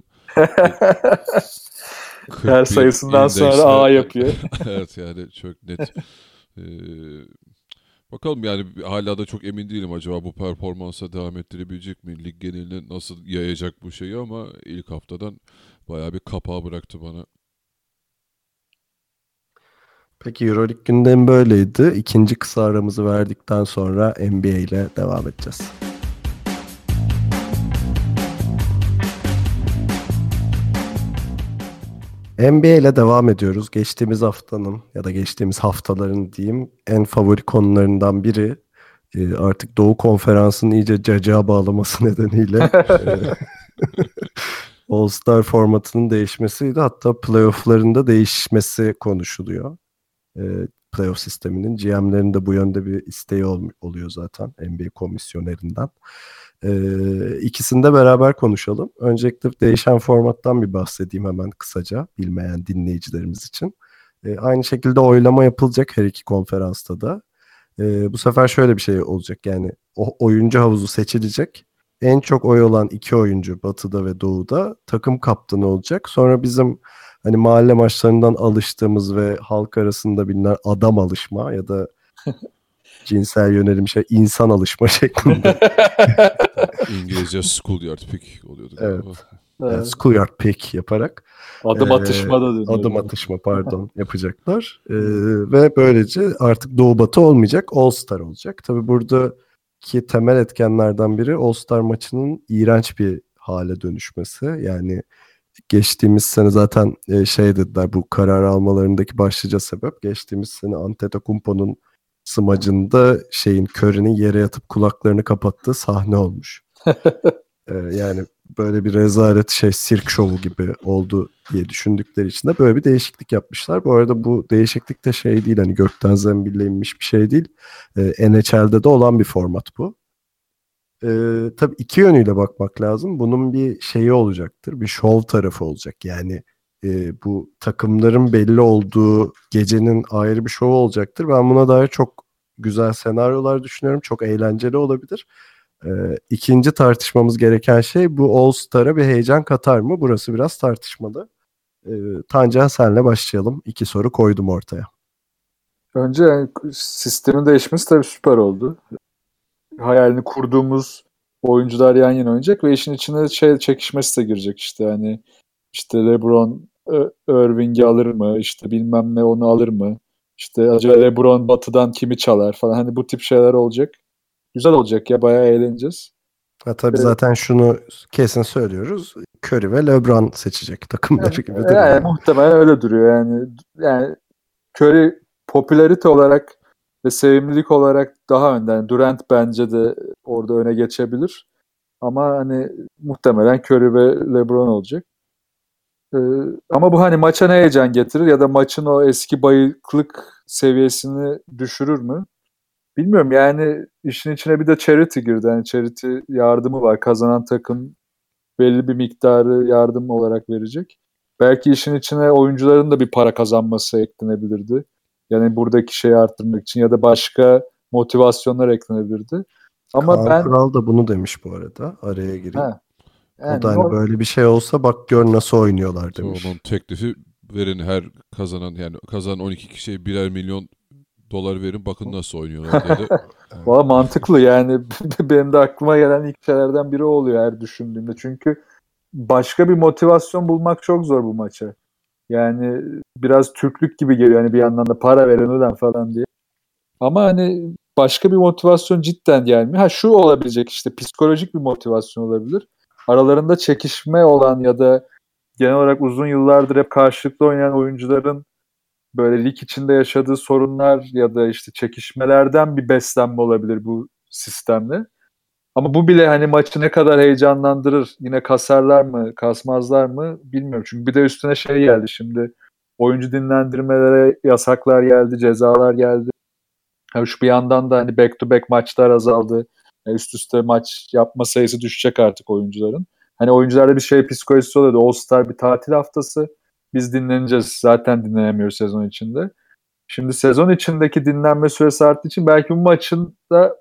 Speaker 5: Her sayısından
Speaker 4: indeksle,
Speaker 5: sonra A yapıyor.
Speaker 4: Evet yani çok net. Ee, bakalım yani hala da çok emin değilim acaba bu performansa devam ettirebilecek mi? Lig geneline nasıl yayacak bu şeyi ama ilk haftadan bayağı bir kapağı bıraktı bana.
Speaker 3: Peki Euroleague gündemi böyleydi. İkinci kısa aramızı verdikten sonra N B A ile devam edeceğiz. N B A ile devam ediyoruz. Geçtiğimiz haftanın ya da geçtiğimiz haftaların diyeyim en favori konularından biri. E, artık Doğu Konferansı'nın iyice cacığa bağlaması nedeniyle e, All-Star formatının değişmesiydi. Hatta playoff'larında değişmesi konuşuluyor. E, playoff sisteminin G M'lerin de bu yönde bir isteği ol- oluyor zaten N B A komisyonerinden. Ee, ikisini de beraber konuşalım. Öncelikle değişen formattan bir bahsedeyim hemen kısaca bilmeyen dinleyicilerimiz için. Ee, aynı şekilde oylama yapılacak her iki konferansta da. Ee, bu sefer şöyle bir şey olacak, yani o oyuncu havuzu seçilecek. En çok oy olan iki oyuncu Batı'da ve Doğu'da takım kaptanı olacak. Sonra bizim hani mahalle maçlarından alıştığımız ve halk arasında bilinen adam alışma ya da cinsel yönelim şey insan alışma şeklinde.
Speaker 4: İngilizce schoolyard pick oluyordu
Speaker 3: Evet.
Speaker 4: galiba.
Speaker 3: Yani schoolyard pick yaparak
Speaker 5: Adım
Speaker 3: e,
Speaker 5: atışma da dönüyor.
Speaker 3: adım atışma pardon yapacaklar. E, ve böylece artık Doğu Batı olmayacak, All Star olacak. Tabii buradaki temel etkenlerden biri All Star maçının iğrenç bir hale dönüşmesi. Yani geçtiğimiz sene zaten e, şey dediler, bu karar almalarındaki başlıca sebep geçtiğimiz sene Antetokounmpo'nun smacında şeyin Curry'nin yere yatıp kulaklarını kapattığı sahne olmuş. ee, yani böyle bir rezalet şey sirk şovu gibi oldu diye düşündükleri için de böyle bir değişiklik yapmışlar. Bu arada bu değişiklik de şey değil, hani gökten zembille inmiş bir şey değil. Ee, N H L'de de olan bir format bu. Ee, tabii iki yönüyle bakmak lazım. Bunun bir şeyi olacaktır. Bir şov tarafı olacak. Yani e, bu takımların belli olduğu gecenin ayrı bir şovu olacaktır. Ben buna dair çok güzel senaryolar düşünüyorum. Çok eğlenceli olabilir. Ee, ikinci tartışmamız gereken şey, bu All Star'a bir heyecan katar mı? Burası biraz tartışmalı. Ee, Tancan, senle başlayalım. İki soru koydum ortaya.
Speaker 5: Önce yani sistemin değişmesi tabii süper oldu. Hayalini kurduğumuz oyuncular yan yana oynayacak ve işin içine şey çekişmesi de girecek işte, hani işte LeBron Irving'i alır mı, işte bilmem ne onu alır mı, işte acaba LeBron Batı'dan kimi çalar falan, hani bu tip şeyler olacak. Güzel olacak ya, bayağı eğleneceğiz.
Speaker 3: Ha, tabii
Speaker 5: Evet.
Speaker 3: zaten şunu kesin söylüyoruz. Curry ve LeBron seçecek takımları
Speaker 5: Yani,
Speaker 3: gibi duruyor.
Speaker 5: yani,
Speaker 3: Yani.
Speaker 5: muhtemelen öyle duruyor yani. Yani Curry popülarite olarak ve sevimlilik olarak daha önden. Durant bence de orada öne geçebilir. Ama hani muhtemelen Curry ve LeBron olacak. Ee, ama bu hani maça ne heyecan getirir ya da maçın o eski bayıklık seviyesini düşürür mü? Bilmiyorum yani, işin içine bir de charity girdi. Yani charity yardımı var. Kazanan takım belli bir miktarı yardım olarak verecek. Belki işin içine oyuncuların da bir para kazanması eklenebilirdi. Yani buradaki şeyi arttırmak için ya da başka motivasyonlar eklenebilirdi. Ama
Speaker 3: Kaan
Speaker 5: ben
Speaker 3: Kural da bunu demiş bu arada. Araya gireyim.
Speaker 5: ha,
Speaker 3: O
Speaker 5: yani
Speaker 3: da hani
Speaker 5: no,
Speaker 3: böyle bir şey olsa bak gör nasıl oynuyorlar demiş.
Speaker 4: Onun teklifi verin, her kazanan yani kazanan on iki kişiye birer milyon dolar verin, bakın nasıl oynuyorlar dedi.
Speaker 5: valla mantıklı yani. Benim de aklıma gelen ilk şeylerden biri oluyor her düşündüğümde. Çünkü başka bir motivasyon bulmak çok zor bu maça. Yani biraz Türklük gibi geliyor hani bir yandan da para veren öden falan diye. Ama hani başka bir motivasyon cidden gelmiyor. Ha şu olabilecek, işte psikolojik bir motivasyon olabilir. Aralarında çekişme olan ya da genel olarak uzun yıllardır hep karşılıklı oynayan oyuncuların böyle lig içinde yaşadığı sorunlar ya da işte çekişmelerden bir beslenme olabilir bu sistemle. Ama bu bile hani maçı ne kadar heyecanlandırır, yine kasarlar mı, kasmazlar mı bilmiyorum. Çünkü bir de üstüne şey geldi şimdi, oyuncu dinlendirmelere yasaklar geldi, cezalar geldi. Yani şu bir yandan da hani back to back maçlar azaldı. Yani üst üste maç yapma sayısı düşecek artık oyuncuların. Hani oyuncularda bir şey psikolojisi oluyordu. All-Star bir tatil haftası. Biz dinleneceğiz. Zaten dinlenemiyoruz sezon içinde. Şimdi sezon içindeki dinlenme süresi arttığı için belki bu maçın da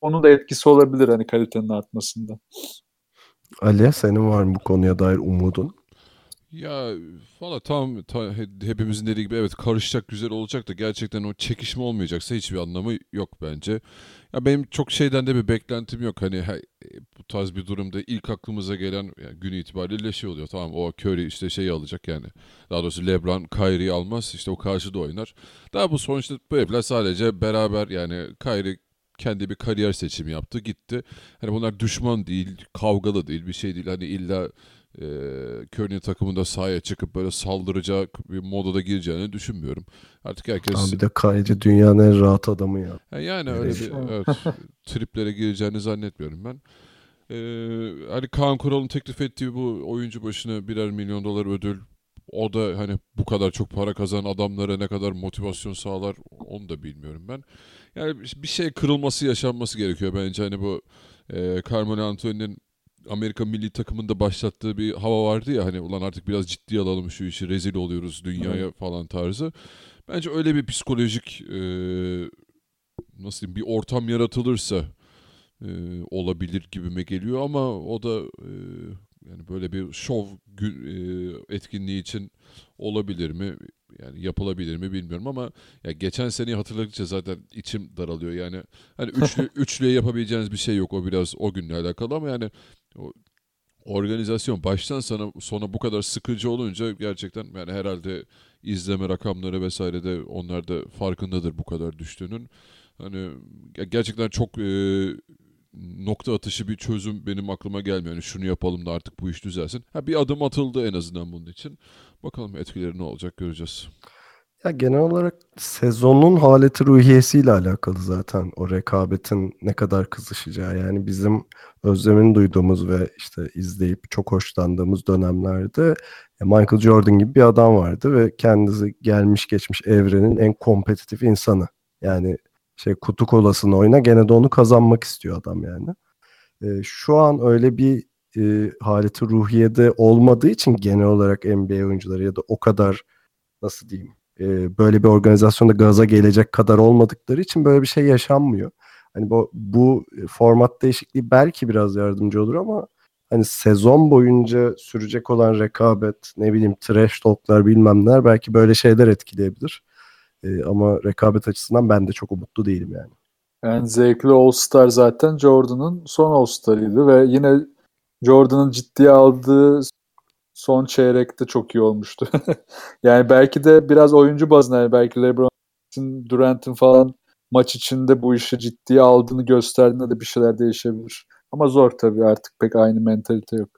Speaker 5: onun da etkisi olabilir hani kalitenin artmasında.
Speaker 3: Ali, senin var mı bu konuya dair umudun?
Speaker 4: Ya valla tam ta, hepimizin dediği gibi evet karışacak, güzel olacak da gerçekten o çekişme olmayacaksa hiçbir anlamı yok bence. Ya benim çok şeyden de bir beklentim yok. Hani he, bu tarz bir durumda ilk aklımıza gelen yani gün itibariyle şey oluyor. Tamam o Curry işte şeyi alacak yani. Daha doğrusu LeBron Kyrie'yi almaz, işte o karşıda oynar. Daha bu sonuçta bu herifler sadece beraber yani Kyrie kendi bir kariyer seçimi yaptı gitti. Hani bunlar düşman değil, kavgalı değil, bir şey değil. Hani illa e, Curry'nin takımında sahaya çıkıp böyle saldıracak bir modada gireceğini düşünmüyorum. Artık herkes...
Speaker 3: Abi de Kyrie dünyanın en rahat adamı ya.
Speaker 4: Ha, yani öyle bir evet, triplere gireceğini zannetmiyorum ben. Ee, hani Kaan Kural'ın teklif ettiği bu oyuncu başına birer milyon dolar ödül, o da hani bu kadar çok para kazanan adamlara ne kadar motivasyon sağlar onu da bilmiyorum ben. Yani bir şey kırılması, yaşanması gerekiyor bence. Hani bu e, Carmelo Anthony'nin Amerika milli takımında başlattığı bir hava vardı ya, hani ulan artık biraz ciddiye alalım şu işi, rezil oluyoruz dünyaya falan tarzı. Bence öyle bir psikolojik e, nasıl diyeyim bir ortam yaratılırsa e, olabilir gibime geliyor ama o da e, yani böyle bir şov gü- e, etkinliği için olabilir mi? Yani yapılabilir mi bilmiyorum ama ya geçen seneyi hatırladıkça zaten içim daralıyor. Yani hani üçlü üçlüye yapabileceğiniz bir şey yok. O biraz o günle alakalı ama yani o organizasyon baştan sona sona bu kadar sıkıcı olunca gerçekten yani herhalde izleme rakamları vesaire de onlar da farkındadır bu kadar düştüğünün. Hani gerçekten çok e, nokta atışı bir çözüm benim aklıma gelmiyor. Yani şunu yapalım da artık bu iş düzelsin. Ha, bir adım atıldı en azından bunun için. Bakalım etkileri ne olacak, göreceğiz.
Speaker 3: Ya genel olarak sezonun haleti ruhiyesiyle alakalı zaten o rekabetin ne kadar kızışacağı. Yani bizim özlemini duyduğumuz ve işte izleyip çok hoşlandığımız dönemlerde Michael Jordan gibi bir adam vardı ve kendisi gelmiş geçmiş evrenin en kompetitif insanı. Yani şey kutu kolasını oyna gene de onu kazanmak istiyor adam yani. E, şu an öyle bir e, haleti ruhiyede olmadığı için genel olarak N B A oyuncuları ya da o kadar nasıl diyeyim e, böyle bir organizasyonda gaza gelecek kadar olmadıkları için böyle bir şey yaşanmıyor. Hani bu, bu format değişikliği belki biraz yardımcı olur ama hani sezon boyunca sürecek olan rekabet, ne bileyim trash talk'lar bilmem neler belki böyle şeyler etkileyebilir. E, ama rekabet açısından ben de çok umutlu değilim yani.
Speaker 5: Yani zevkli All-Star zaten Jordan'ın son All-Star'ıydı ve yine Jordan'ın ciddiye aldığı son çeyrekte çok iyi olmuştu. Yani belki de biraz oyuncu bazında, yani belki LeBron'un, Durant'in falan maç içinde bu işi ciddiye aldığını gösterdiğinde de bir şeyler değişebilir. Ama zor tabii, artık pek aynı mentalite yok.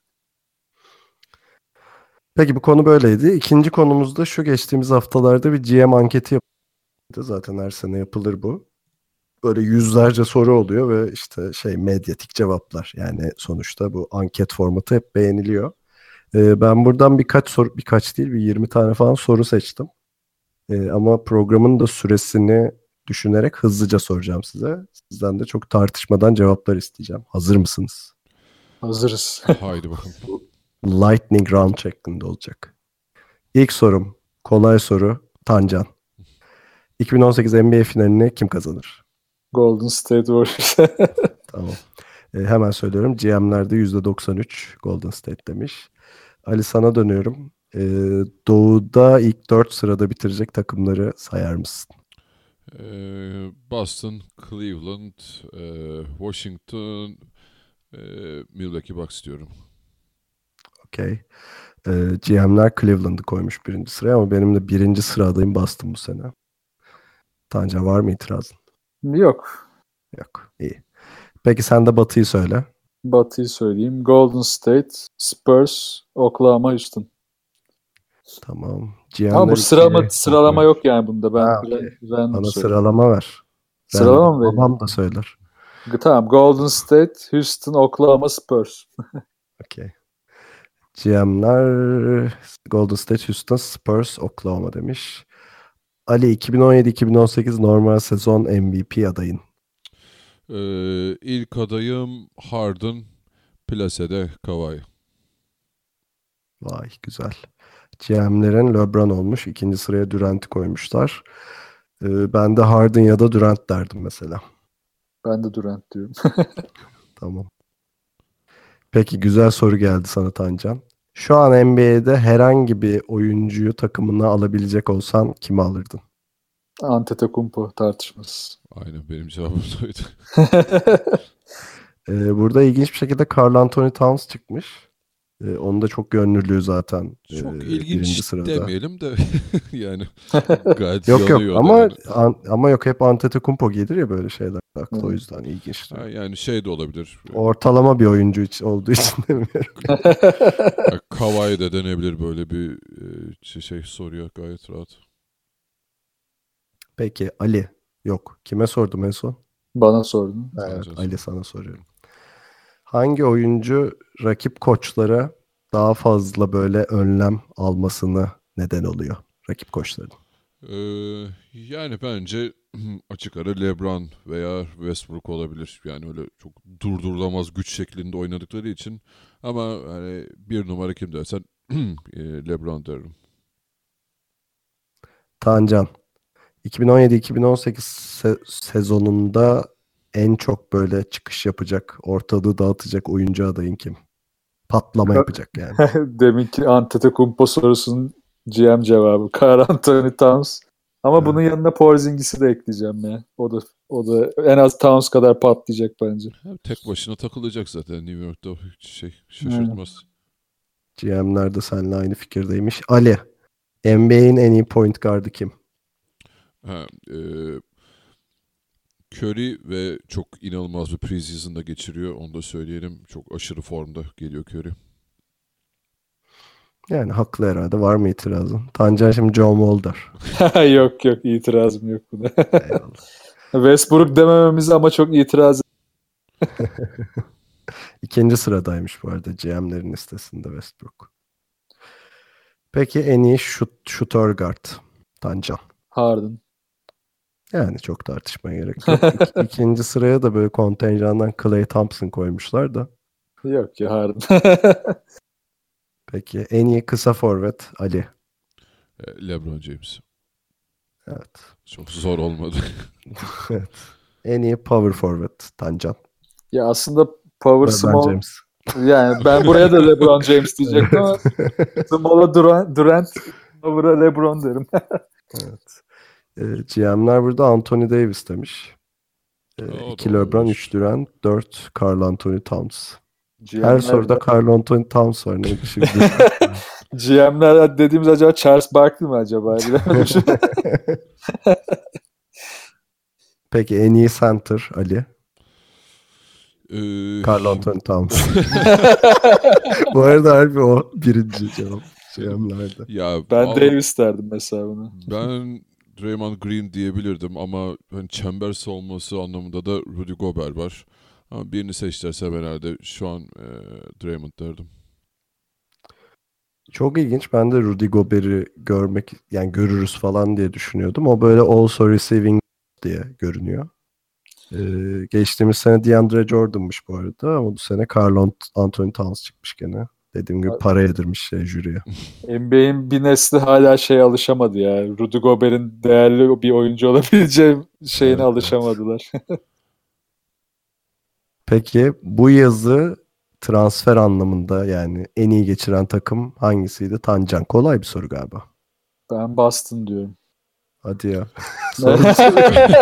Speaker 3: Peki bu konu böyleydi. İkinci konumuz da şu: geçtiğimiz haftalarda bir G M anketi yapıldı. Zaten her sene yapılır bu. Böyle yüzlerce soru oluyor ve işte şey medyatik cevaplar. Yani sonuçta bu anket formatı hep beğeniliyor. Ee, ben buradan birkaç soru, birkaç değil bir yirmi tane falan soru seçtim. Ee, ama programın da süresini düşünerek hızlıca soracağım size. Sizden de çok tartışmadan cevaplar isteyeceğim. Hazır mısınız?
Speaker 5: Hazırız.
Speaker 4: Haydi bakalım.
Speaker 3: Lightning round şeklinde olacak. İlk sorum, kolay soru, Tancan. iki bin on sekiz N B A finalini kim kazanır?
Speaker 5: Golden State Warriors.
Speaker 3: Tamam. Ee, hemen söylüyorum. G M'lerde yüzde doksan üç Golden State demiş. Ali, sana dönüyorum. Ee, Doğu'da ilk dört sırada bitirecek takımları sayar mısın?
Speaker 4: Ee, Boston, Cleveland, e, Washington, e, Milwaukee Bucks diyorum.
Speaker 3: Okey. Ee, G M'ler Cleveland'ı koymuş birinci sıraya ama benim de birinci sıradayım Boston bu sene. Tanca, var mı itirazın?
Speaker 5: Yok.
Speaker 3: Yok. İyi. Peki sen de Batı'yı söyle.
Speaker 5: Batı'yı söyleyeyim. Golden State, Spurs, Oklahoma, Houston.
Speaker 3: Tamam. G M'ler
Speaker 5: Ama bu sıralama,
Speaker 3: ikiye
Speaker 5: sıralama
Speaker 3: koymuş.
Speaker 5: yok yani bunda. Ben
Speaker 3: Ha,
Speaker 5: random
Speaker 3: okey.
Speaker 5: random
Speaker 3: Bana
Speaker 5: söyleyeyim.
Speaker 3: sıralama ver.
Speaker 5: Sıralama mı
Speaker 3: Ben,
Speaker 5: vereyim?
Speaker 3: babam da söyler.
Speaker 5: Tamam. Golden State, Houston, Oklahoma, Spurs.
Speaker 3: Okey. G M'ler Golden State, Houston, Spurs, Oklahoma demiş. Ali, iki bin on yedi iki bin on sekiz normal sezon M V P adayın.
Speaker 4: Ee, ilk adayım Harden, Place'de Kawhi.
Speaker 3: Vay, güzel. G M'lerin LeBron olmuş. İkinci sıraya Durant'i koymuşlar. Ee, ben de Harden ya da Durant derdim mesela.
Speaker 5: Ben de Durant diyorum.
Speaker 3: Tamam. Peki güzel soru geldi sana Tancan. Şu an N B A'de herhangi bir oyuncuyu takımına alabilecek olsan kimi alırdın?
Speaker 5: Antetokounmpo tartışmasız.
Speaker 4: Aynen benim cevabım oydu.
Speaker 3: Ee, burada ilginç bir şekilde Karl Anthony Towns çıkmış. Ee, onun da çok gönüllü zaten.
Speaker 4: Çok
Speaker 3: ee, birinci
Speaker 4: ilginç
Speaker 3: sırada.
Speaker 4: demeyelim de yani gayet
Speaker 3: Yok yok
Speaker 4: yanıyor da
Speaker 3: ama
Speaker 4: yani.
Speaker 3: an- ama yok hep Antetokounmpo gelir ya böyle şeyler akla, o
Speaker 5: Hı.
Speaker 3: yüzden ilginç.
Speaker 4: Ha, yani şey de olabilir.
Speaker 3: Ortalama bir oyuncu için olduğu için demiyorum.
Speaker 4: Ya, Kawhi de denebilir böyle bir e, şey, şey soruyor gayet rahat.
Speaker 3: Peki Ali. Yok. Kime sordum en son?
Speaker 5: Bana sordun.
Speaker 3: Evet,
Speaker 4: Tancan.
Speaker 3: Ali sana soruyorum. Hangi oyuncu rakip koçlara daha fazla böyle önlem almasını neden oluyor? Rakip koçların.
Speaker 4: Ee, yani bence açık ara LeBron veya Westbrook olabilir. Yani öyle çok durdurulamaz güç şeklinde oynadıkları için. Ama hani bir numara kim dersen e, LeBron derim.
Speaker 3: Tancan. iki bin on yedi iki bin on sekiz se- sezonunda en çok böyle çıkış yapacak, ortalığı dağıtacak oyuncu adayın kim? Patlama yapacak yani.
Speaker 5: Deminki Antetokounmpo sorusunun G M cevabı. Karl Anthony Towns. Ama
Speaker 3: Evet.
Speaker 5: bunun yanına Porzingis'i de ekleyeceğim ya. O da o da en az Towns kadar patlayacak bence.
Speaker 4: Hem tek başına takılacak zaten New York'ta hiç şey şaşırtmaz.
Speaker 3: G M'ler de seninle aynı fikirdeymiş. Ali. N B A'in en iyi point guard'ı kim?
Speaker 4: Ha, e, Curry ve çok inanılmaz bir preseason'da geçiriyor. Onu da söyleyelim. Çok aşırı formda geliyor Curry.
Speaker 3: Yani haklı herhalde. Var mı itirazın? Tancan şimdi John Walder.
Speaker 5: Yok yok itirazım yok buna.
Speaker 3: Eyvallah.
Speaker 5: Westbrook demememize ama çok itiraz.
Speaker 3: İkinci sıradaymış bu arada G M'lerin listesinde Westbrook. Peki en iyi şut, şutör guard Tancan.
Speaker 5: Harden.
Speaker 3: Yani çok tartışmaya gerek yok. İk, ikinci sıraya da böyle kontenjandan Klay Thompson koymuşlar da.
Speaker 5: Yok ya Harden.
Speaker 3: Peki en iyi kısa forvet Ali.
Speaker 4: E, LeBron James.
Speaker 3: Evet.
Speaker 4: Çok zor olmadı.
Speaker 3: Evet. En iyi power forvet Tancan.
Speaker 5: Ya aslında Power
Speaker 3: LeBron
Speaker 5: Small
Speaker 3: James.
Speaker 5: yani ben buraya da LeBron James diyecektim ama Small'a Durant, Durant Power'a LeBron derim.
Speaker 3: Evet. Ee, G M'ler burada Anthony Davis demiş. Ee,
Speaker 4: O da
Speaker 3: iki LeBron,
Speaker 4: olabilir.
Speaker 3: üç Durant, dört Karl Anthony Towns.
Speaker 5: G
Speaker 3: Her
Speaker 5: M'ler,
Speaker 3: soruda Karl Anthony Towns var. Ne şimdi?
Speaker 5: G M'ler dediğimiz acaba Charles Barkley mi acaba? Bilemedim.
Speaker 3: Peki en iyi center Ali.
Speaker 4: Ee,
Speaker 3: Karl Anthony Towns. Bu arada harbi o birinci cevap. G M'lerde.
Speaker 4: ya
Speaker 5: Ben
Speaker 4: al-
Speaker 5: Davis derdim mesela buna.
Speaker 4: ben Draymond Green diyebilirdim ama hani çember savunması anlamında da Rudy Gobert var. Ama birini seçerse ben herhalde şu an e, Draymond derdim.
Speaker 3: Çok ilginç. Ben de Rudy Gobert'i görmek yani görürüz falan diye düşünüyordum. O böyle also receiving diye görünüyor. Ee, geçtiğimiz sene DeAndre Jordan'mış bu arada ama bu sene Karl Anthony Towns çıkmış gene. Dediğim gibi para yedirmiş şey, jüriye.
Speaker 5: N B A'in bir nesli hala şeye alışamadı ya. Rudy Gobert'in değerli bir oyuncu olabileceği şeyine
Speaker 3: Evet,
Speaker 5: alışamadılar.
Speaker 3: Peki bu yazı transfer anlamında yani en iyi geçiren takım hangisiydi? Tancan. Kolay bir soru galiba.
Speaker 5: Ben Boston diyorum.
Speaker 3: Hadi ya. Zor bir soru.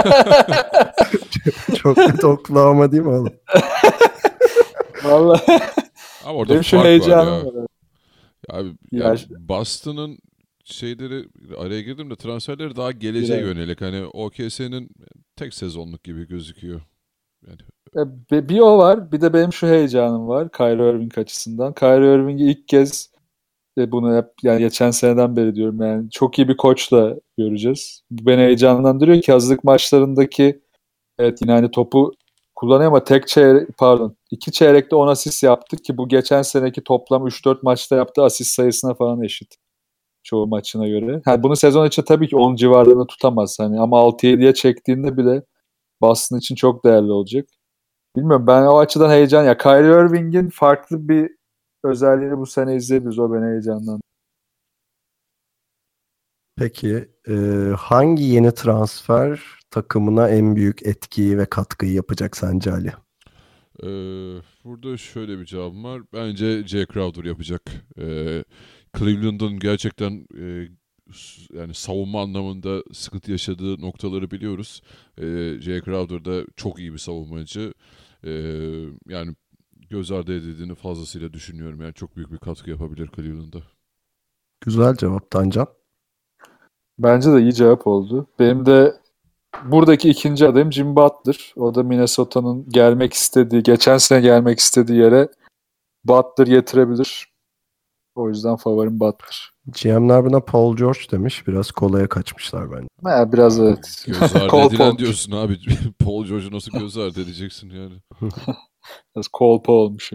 Speaker 3: Çok net Oklahoma değil mi oğlum?
Speaker 5: Vallahi
Speaker 4: Ama orada
Speaker 5: benim şu
Speaker 4: fark var
Speaker 5: heyecanım
Speaker 4: ya.
Speaker 5: var.
Speaker 4: Abi,
Speaker 5: Ya-
Speaker 4: yani Boston'ın şeyleri araya girdim de transferleri daha geleceğe
Speaker 5: Biraz.
Speaker 4: yönelik. Hani O K C'nin tek sezonluk gibi gözüküyor. Yani
Speaker 5: Ya bir bir o var. Bir de benim şu heyecanım var Kyrie Irving açısından. Kyrie Irving'i ilk kez e, bunu hep yani geçen seneden beri diyorum yani çok iyi bir koçla göreceğiz. Bu beni heyecanlandırıyor ki hazırlık maçlarındaki evet yine hani topu kullanıyor ama tek çeyrek pardon iki çeyrekte on asist yaptı ki bu geçen seneki toplam üç dört maçta yaptığı asist sayısına falan eşit. Çoğu maçına göre. Ha, bunu sezon içi tabii ki on civarlarında tutamaz hani ama altı yediye çektiğinde bile Boston için çok değerli olacak. Bilmiyorum ben o açıdan heyecan ya Kyrie Irving'in farklı bir özelliğini bu sene izleyebiliriz. O beni heyecanlandırdı.
Speaker 3: Peki e, hangi yeni transfer takımına en büyük etkiyi ve katkıyı yapacak sence Ali?
Speaker 4: Ee, burada şöyle bir cevabım var. Bence Jay Crowder yapacak. Ee, Cleveland'ın gerçekten e, s- yani savunma anlamında sıkıntı yaşadığı noktaları biliyoruz. Ee, Jay Crowder da çok iyi bir savunmacı. Ee, yani göz ardı edildiğini fazlasıyla düşünüyorum. Yani çok büyük bir katkı yapabilir Cleveland'a.
Speaker 3: Güzel cevap Tancan.
Speaker 5: Bence de iyi cevap oldu. Benim de buradaki ikinci adayım Jim Butler. O da Minnesota'nın gelmek istediği, geçen sene gelmek istediği yere Butler getirebilir. O yüzden favorim Butler.
Speaker 3: G M'ler buna Paul George demiş. Biraz kolaya kaçmışlar bence.
Speaker 5: Ha, biraz evet.
Speaker 4: Göz ardı
Speaker 5: Cole
Speaker 4: edilen
Speaker 5: Paul.
Speaker 4: diyorsun abi. Paul George'u nasıl göz ardı edeceksin yani?
Speaker 5: Biraz kolpa olmuş.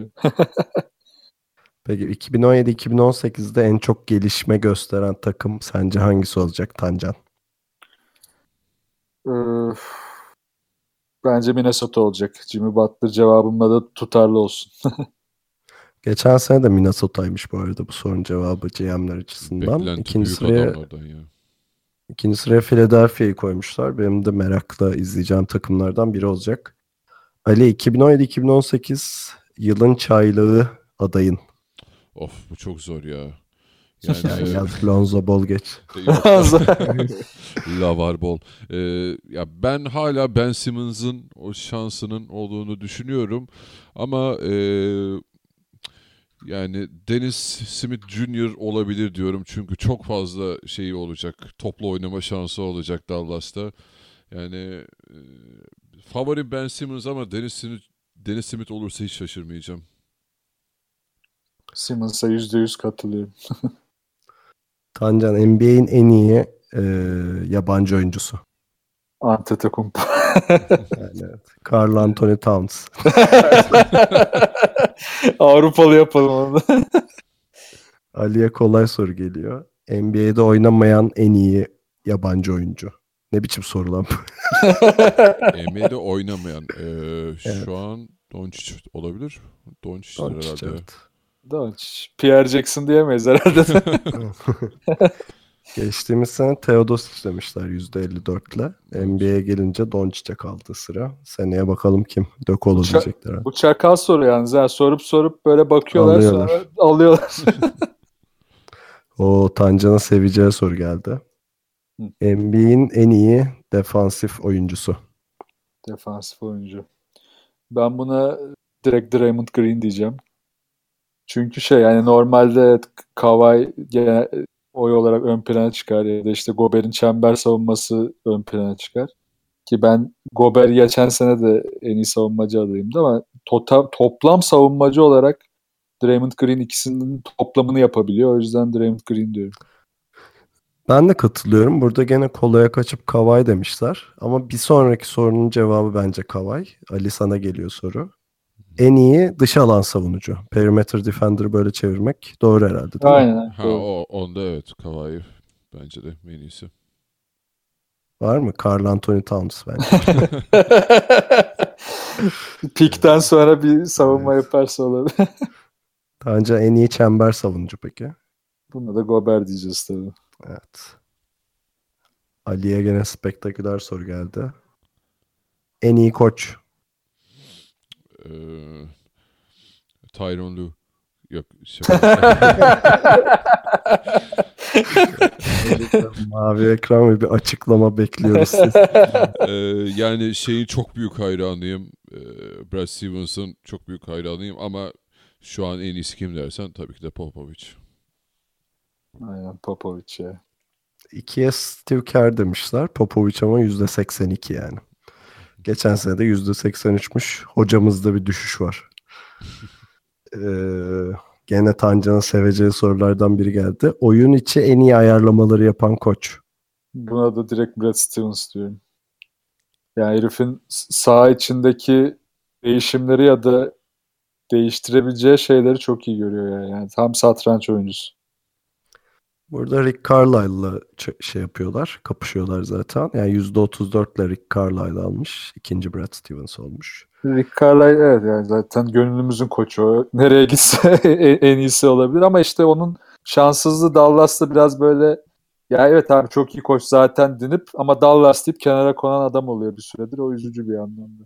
Speaker 3: Peki iki bin on yedi iki bin on sekizde en çok gelişme gösteren takım sence hangisi olacak Tancan?
Speaker 5: Ee, bence Minnesota olacak. Jimmy Butler cevabımla da tutarlı olsun.
Speaker 3: Geçen sene de Minnesota'ymış bu arada bu sorunun cevabı G M'ler açısından.
Speaker 4: Beklenti
Speaker 3: İkinci
Speaker 4: büyük
Speaker 3: sıraya,
Speaker 4: adamlardan ya.
Speaker 3: ikinci sıraya Philadelphia'yı koymuşlar. Benim de merakla izleyeceğim takımlardan biri olacak. Ali iki bin on yedi iki bin on sekiz yılın çaylağı adayın.
Speaker 4: Of bu çok zor ya.
Speaker 3: Yani
Speaker 4: Yani
Speaker 3: yaz Lonzo Ball geç.
Speaker 4: yok. Lavar bol. Ee, ya ben hala Ben Simmons'ın o şansının olduğunu düşünüyorum. Ama e, yani Dennis Smith Junior olabilir diyorum. Çünkü çok fazla şeyi olacak. Toplu oynama şansı olacak Dallas'ta. Yani e, favorim Ben Simmons ama Dennis Smith, Dennis Smith olursa hiç şaşırmayacağım.
Speaker 5: Simmons'a yüzde yüz katılıyorum.
Speaker 3: Tancan N B A'in en iyi e, yabancı oyuncusu.
Speaker 5: Antetokounmpo.
Speaker 3: Yani evet. Karl Anthony Towns.
Speaker 5: Avrupalı yapalım onu.
Speaker 3: Ali'ye kolay soru geliyor. N B A'de oynamayan en iyi yabancı oyuncu. Ne biçim soru lan bu?
Speaker 4: N B A'de oynamayan. e,
Speaker 3: Evet.
Speaker 4: Şu an Doncic olabilir. Doncic'tir
Speaker 3: Doncic,
Speaker 4: herhalde.
Speaker 3: evet.
Speaker 5: Doncic. Pierre Jackson diyemeyiz herhalde.
Speaker 3: Geçtiğimiz sene Theodosic demişler yüzde elli dört ile. N B A'ye gelince Doncic'e kaldı sıra. Seneye bakalım kim? Dök olur
Speaker 5: Ça-
Speaker 3: diyecekler. ha.
Speaker 5: Bu çakal soru yalnız. Yani sorup sorup böyle bakıyorlar
Speaker 3: Alıyorlar.
Speaker 5: sonra alıyorlar.
Speaker 3: O Tancan'a seveceği soru geldi.
Speaker 5: Hı.
Speaker 3: N B A'in en iyi defansif oyuncusu.
Speaker 5: Defansif oyuncu. Ben buna direkt Draymond Green diyeceğim. Çünkü şey yani normalde evet, Kawhi gene oy olarak ön plana çıkar ya da işte Gobert'in çember savunması ön plana çıkar. Ki ben Gobert'i geçen sene de en iyi savunmacı adayımdı ama total, toplam savunmacı olarak Draymond Green ikisinin toplamını yapabiliyor. O yüzden Draymond Green diyorum.
Speaker 3: Ben de katılıyorum. Burada gene kolaya kaçıp Kawhi demişler. Ama bir sonraki sorunun cevabı bence Kawhi. Ali sana geliyor soru. En iyi dış alan savunucu. Perimeter defender böyle çevirmek doğru herhalde değil mi?
Speaker 5: Aynen.
Speaker 4: Ha
Speaker 5: doğru.
Speaker 4: o onda evet Kawhi bence de en iyisi.
Speaker 3: Var mı? Karl Anthony Towns bence.
Speaker 5: Pikten sonra bir savunma yaparsa olabilir.
Speaker 3: Bence en iyi çember savunucu peki.
Speaker 5: Buna da Gobert diyeceğiz tabii.
Speaker 3: Evet. Ali'ye gene spektaküler soru geldi. En iyi koç.
Speaker 4: Ee, Tyronn Lue. Yok şaka.
Speaker 3: Mavi ekran ve bir açıklama bekliyoruz siz.
Speaker 4: Ee, yani şeyin çok büyük hayranıyım. Ee, Brad Stevens'ın çok büyük hayranıyım ama şu an en iyisi kim dersen tabii ki de Popovich.
Speaker 5: Aynen Popovic ya.
Speaker 3: İkiye Steve Kerr demişler. Popovic ama yüzde seksen iki yani. Geçen sene de yüzde seksen üçmüş. Hocamızda bir düşüş var. Ee, gene Tancan'ın seveceği sorulardan biri geldi. Oyun içi en iyi ayarlamaları yapan koç.
Speaker 5: Buna da direkt Brad Stevens diyorum. Yani herifin saha içindeki değişimleri ya da değiştirebileceği şeyleri çok iyi görüyor yani. Yani tam satranç oyuncusu.
Speaker 3: Burada Rick Carlisle'la ç- şey yapıyorlar. Kapışıyorlar zaten. Yani yüzde otuz dört ile Rick Carlisle almış. İkinci Brad Stevens olmuş.
Speaker 5: Rick Carlisle evet yani zaten gönlümüzün koçu o. Nereye gitse en en iyisi olabilir ama işte onun şanssızlığı Dallas'ta biraz böyle Ya evet abi çok iyi koç zaten dinip ama Dallas deyip kenara konan adam oluyor bir süredir. O üzücü bir anlamda.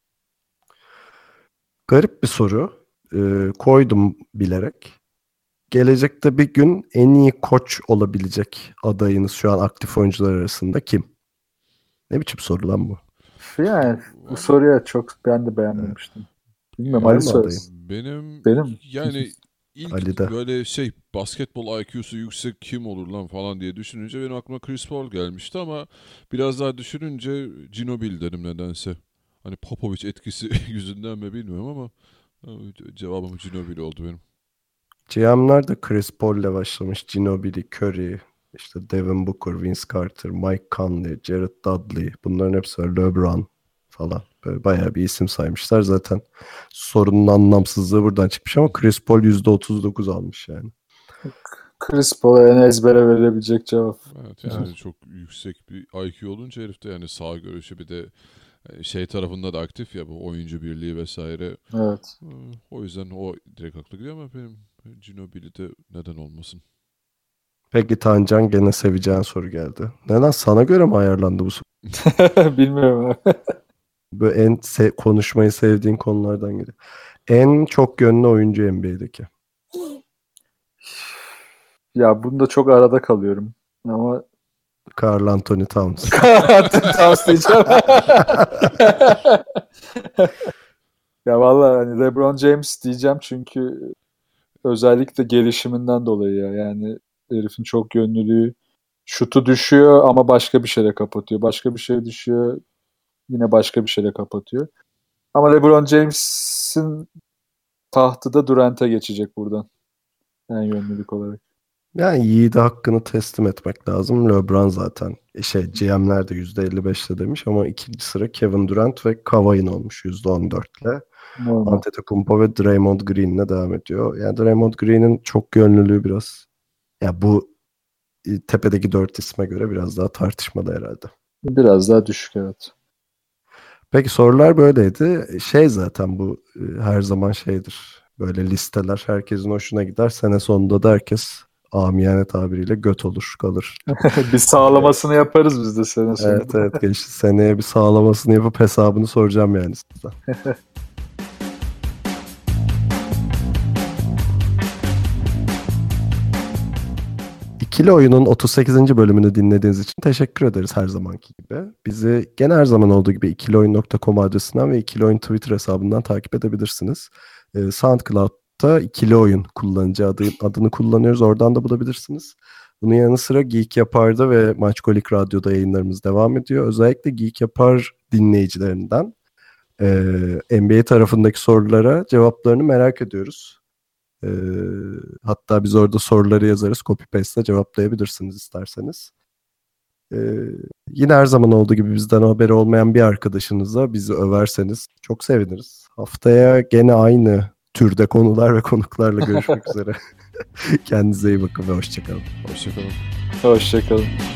Speaker 3: Garip bir soru. Ee, koydum bilerek. Gelecekte bir gün en iyi koç olabilecek adayınız şu an aktif oyuncular arasında kim? Ne biçim soru lan bu?
Speaker 5: Yani bu soruya çok ben de beğenmemiştim. Bilmiyorum
Speaker 3: Var
Speaker 5: Ali
Speaker 3: mı
Speaker 5: söylesin.
Speaker 4: Benim,
Speaker 5: Benim.
Speaker 4: yani ilk
Speaker 3: Ali'de.
Speaker 4: böyle şey basketbol I Q'su yüksek kim olur lan falan diye düşününce benim aklıma Chris Paul gelmişti ama biraz daha düşününce Ginobili dedim nedense. Hani Popovich etkisi yüzünden mi bilmiyorum ama cevabım Ginobili oldu benim.
Speaker 3: G M'ler de Chris Paul'le başlamış. Ginobili, Curry, işte Devin Booker, Vince Carter, Mike Conley, Jared Dudley. Bunların hepsi var. LeBron falan. Böyle bayağı bir isim saymışlar. Zaten sorunun anlamsızlığı buradan çıkmış ama Chris Paul yüzde otuz dokuz almış yani.
Speaker 5: Chris Paul'a en ezbere verebilecek cevap.
Speaker 4: Evet yani çok yüksek bir I Q olunca herifte yani sağ görüşü bir de şey tarafında da aktif ya bu oyuncu birliği vesaire.
Speaker 5: Evet.
Speaker 4: O yüzden o direkt aklı gidiyor ama benim Ginobili de neden olmasın.
Speaker 3: Peki Tancan gene seveceğin soru geldi. Neden sana göre mi ayarlandı bu soru?
Speaker 5: Bilmiyorum abi.
Speaker 3: Böyle en se- konuşmayı sevdiğin konulardan geliyor. En çok yönlü oyuncu N B A'deki.
Speaker 5: Ya bunda çok arada kalıyorum. Ama
Speaker 3: Karl Anthony Towns.
Speaker 5: Towns diyeceğim. Ya vallahi hani LeBron James diyeceğim çünkü özellikle gelişiminden dolayı ya. Yani herifin çok yönlülüğü, şutu düşüyor ama başka bir şeyle kapatıyor. Başka bir şey düşüyor, yine başka bir şeyle kapatıyor. Ama LeBron James'in tahtı da Durant'e geçecek buradan. Yani yönlülük olarak.
Speaker 3: Yani Yiğit'e hakkını teslim etmek lazım. LeBron zaten şey G M'ler de yüzde elli beşle demiş ama ikinci sıra Kevin Durant ve Kawhi'nin olmuş yüzde on dörtle.
Speaker 5: Normal.
Speaker 3: Antetokounmpo ve Draymond Green'le devam ediyor. Yani Draymond Green'in çok yönlülüğü biraz ya bu e, tepedeki dört isme göre biraz daha tartışmalı herhalde.
Speaker 5: Biraz daha düşük evet.
Speaker 3: Peki sorular böyleydi. Şey zaten bu e, her zaman şeydir. Böyle listeler herkesin hoşuna gider. Sene sonunda da herkes amiyane tabiriyle göt olur kalır.
Speaker 5: Bir sağlamasını yaparız biz de sene sonunda.
Speaker 3: Evet evet geçti. Seneye bir sağlamasını yapıp hesabını soracağım yani sizden. İkili Oyun'un otuz sekizinci bölümünü dinlediğiniz için teşekkür ederiz her zamanki gibi. Bizi gene her zaman olduğu gibi ikilioyun nokta com adresinden ve İkili Oyun Twitter hesabından takip edebilirsiniz. Ee, SoundCloud'da İkili Oyun kullanıcı adı, adını kullanıyoruz. Oradan da bulabilirsiniz. Bunun yanı sıra Geek Yapar'da ve Maçkolik Radyo'da yayınlarımız devam ediyor. Özellikle Geek Yapar dinleyicilerinden e, N B A tarafındaki sorulara cevaplarını merak ediyoruz. Ee, hatta biz orada soruları yazarız. Copy paste'le cevaplayabilirsiniz isterseniz. Ee, yine her zaman olduğu gibi bizden haberi olmayan bir arkadaşınıza bizi överseniz çok seviniriz. Haftaya gene aynı türde konular ve konuklarla görüşmek üzere. Kendinize iyi bakın ve hoşçakalın.
Speaker 4: Hoşçakalın.
Speaker 5: Hoşçakalın.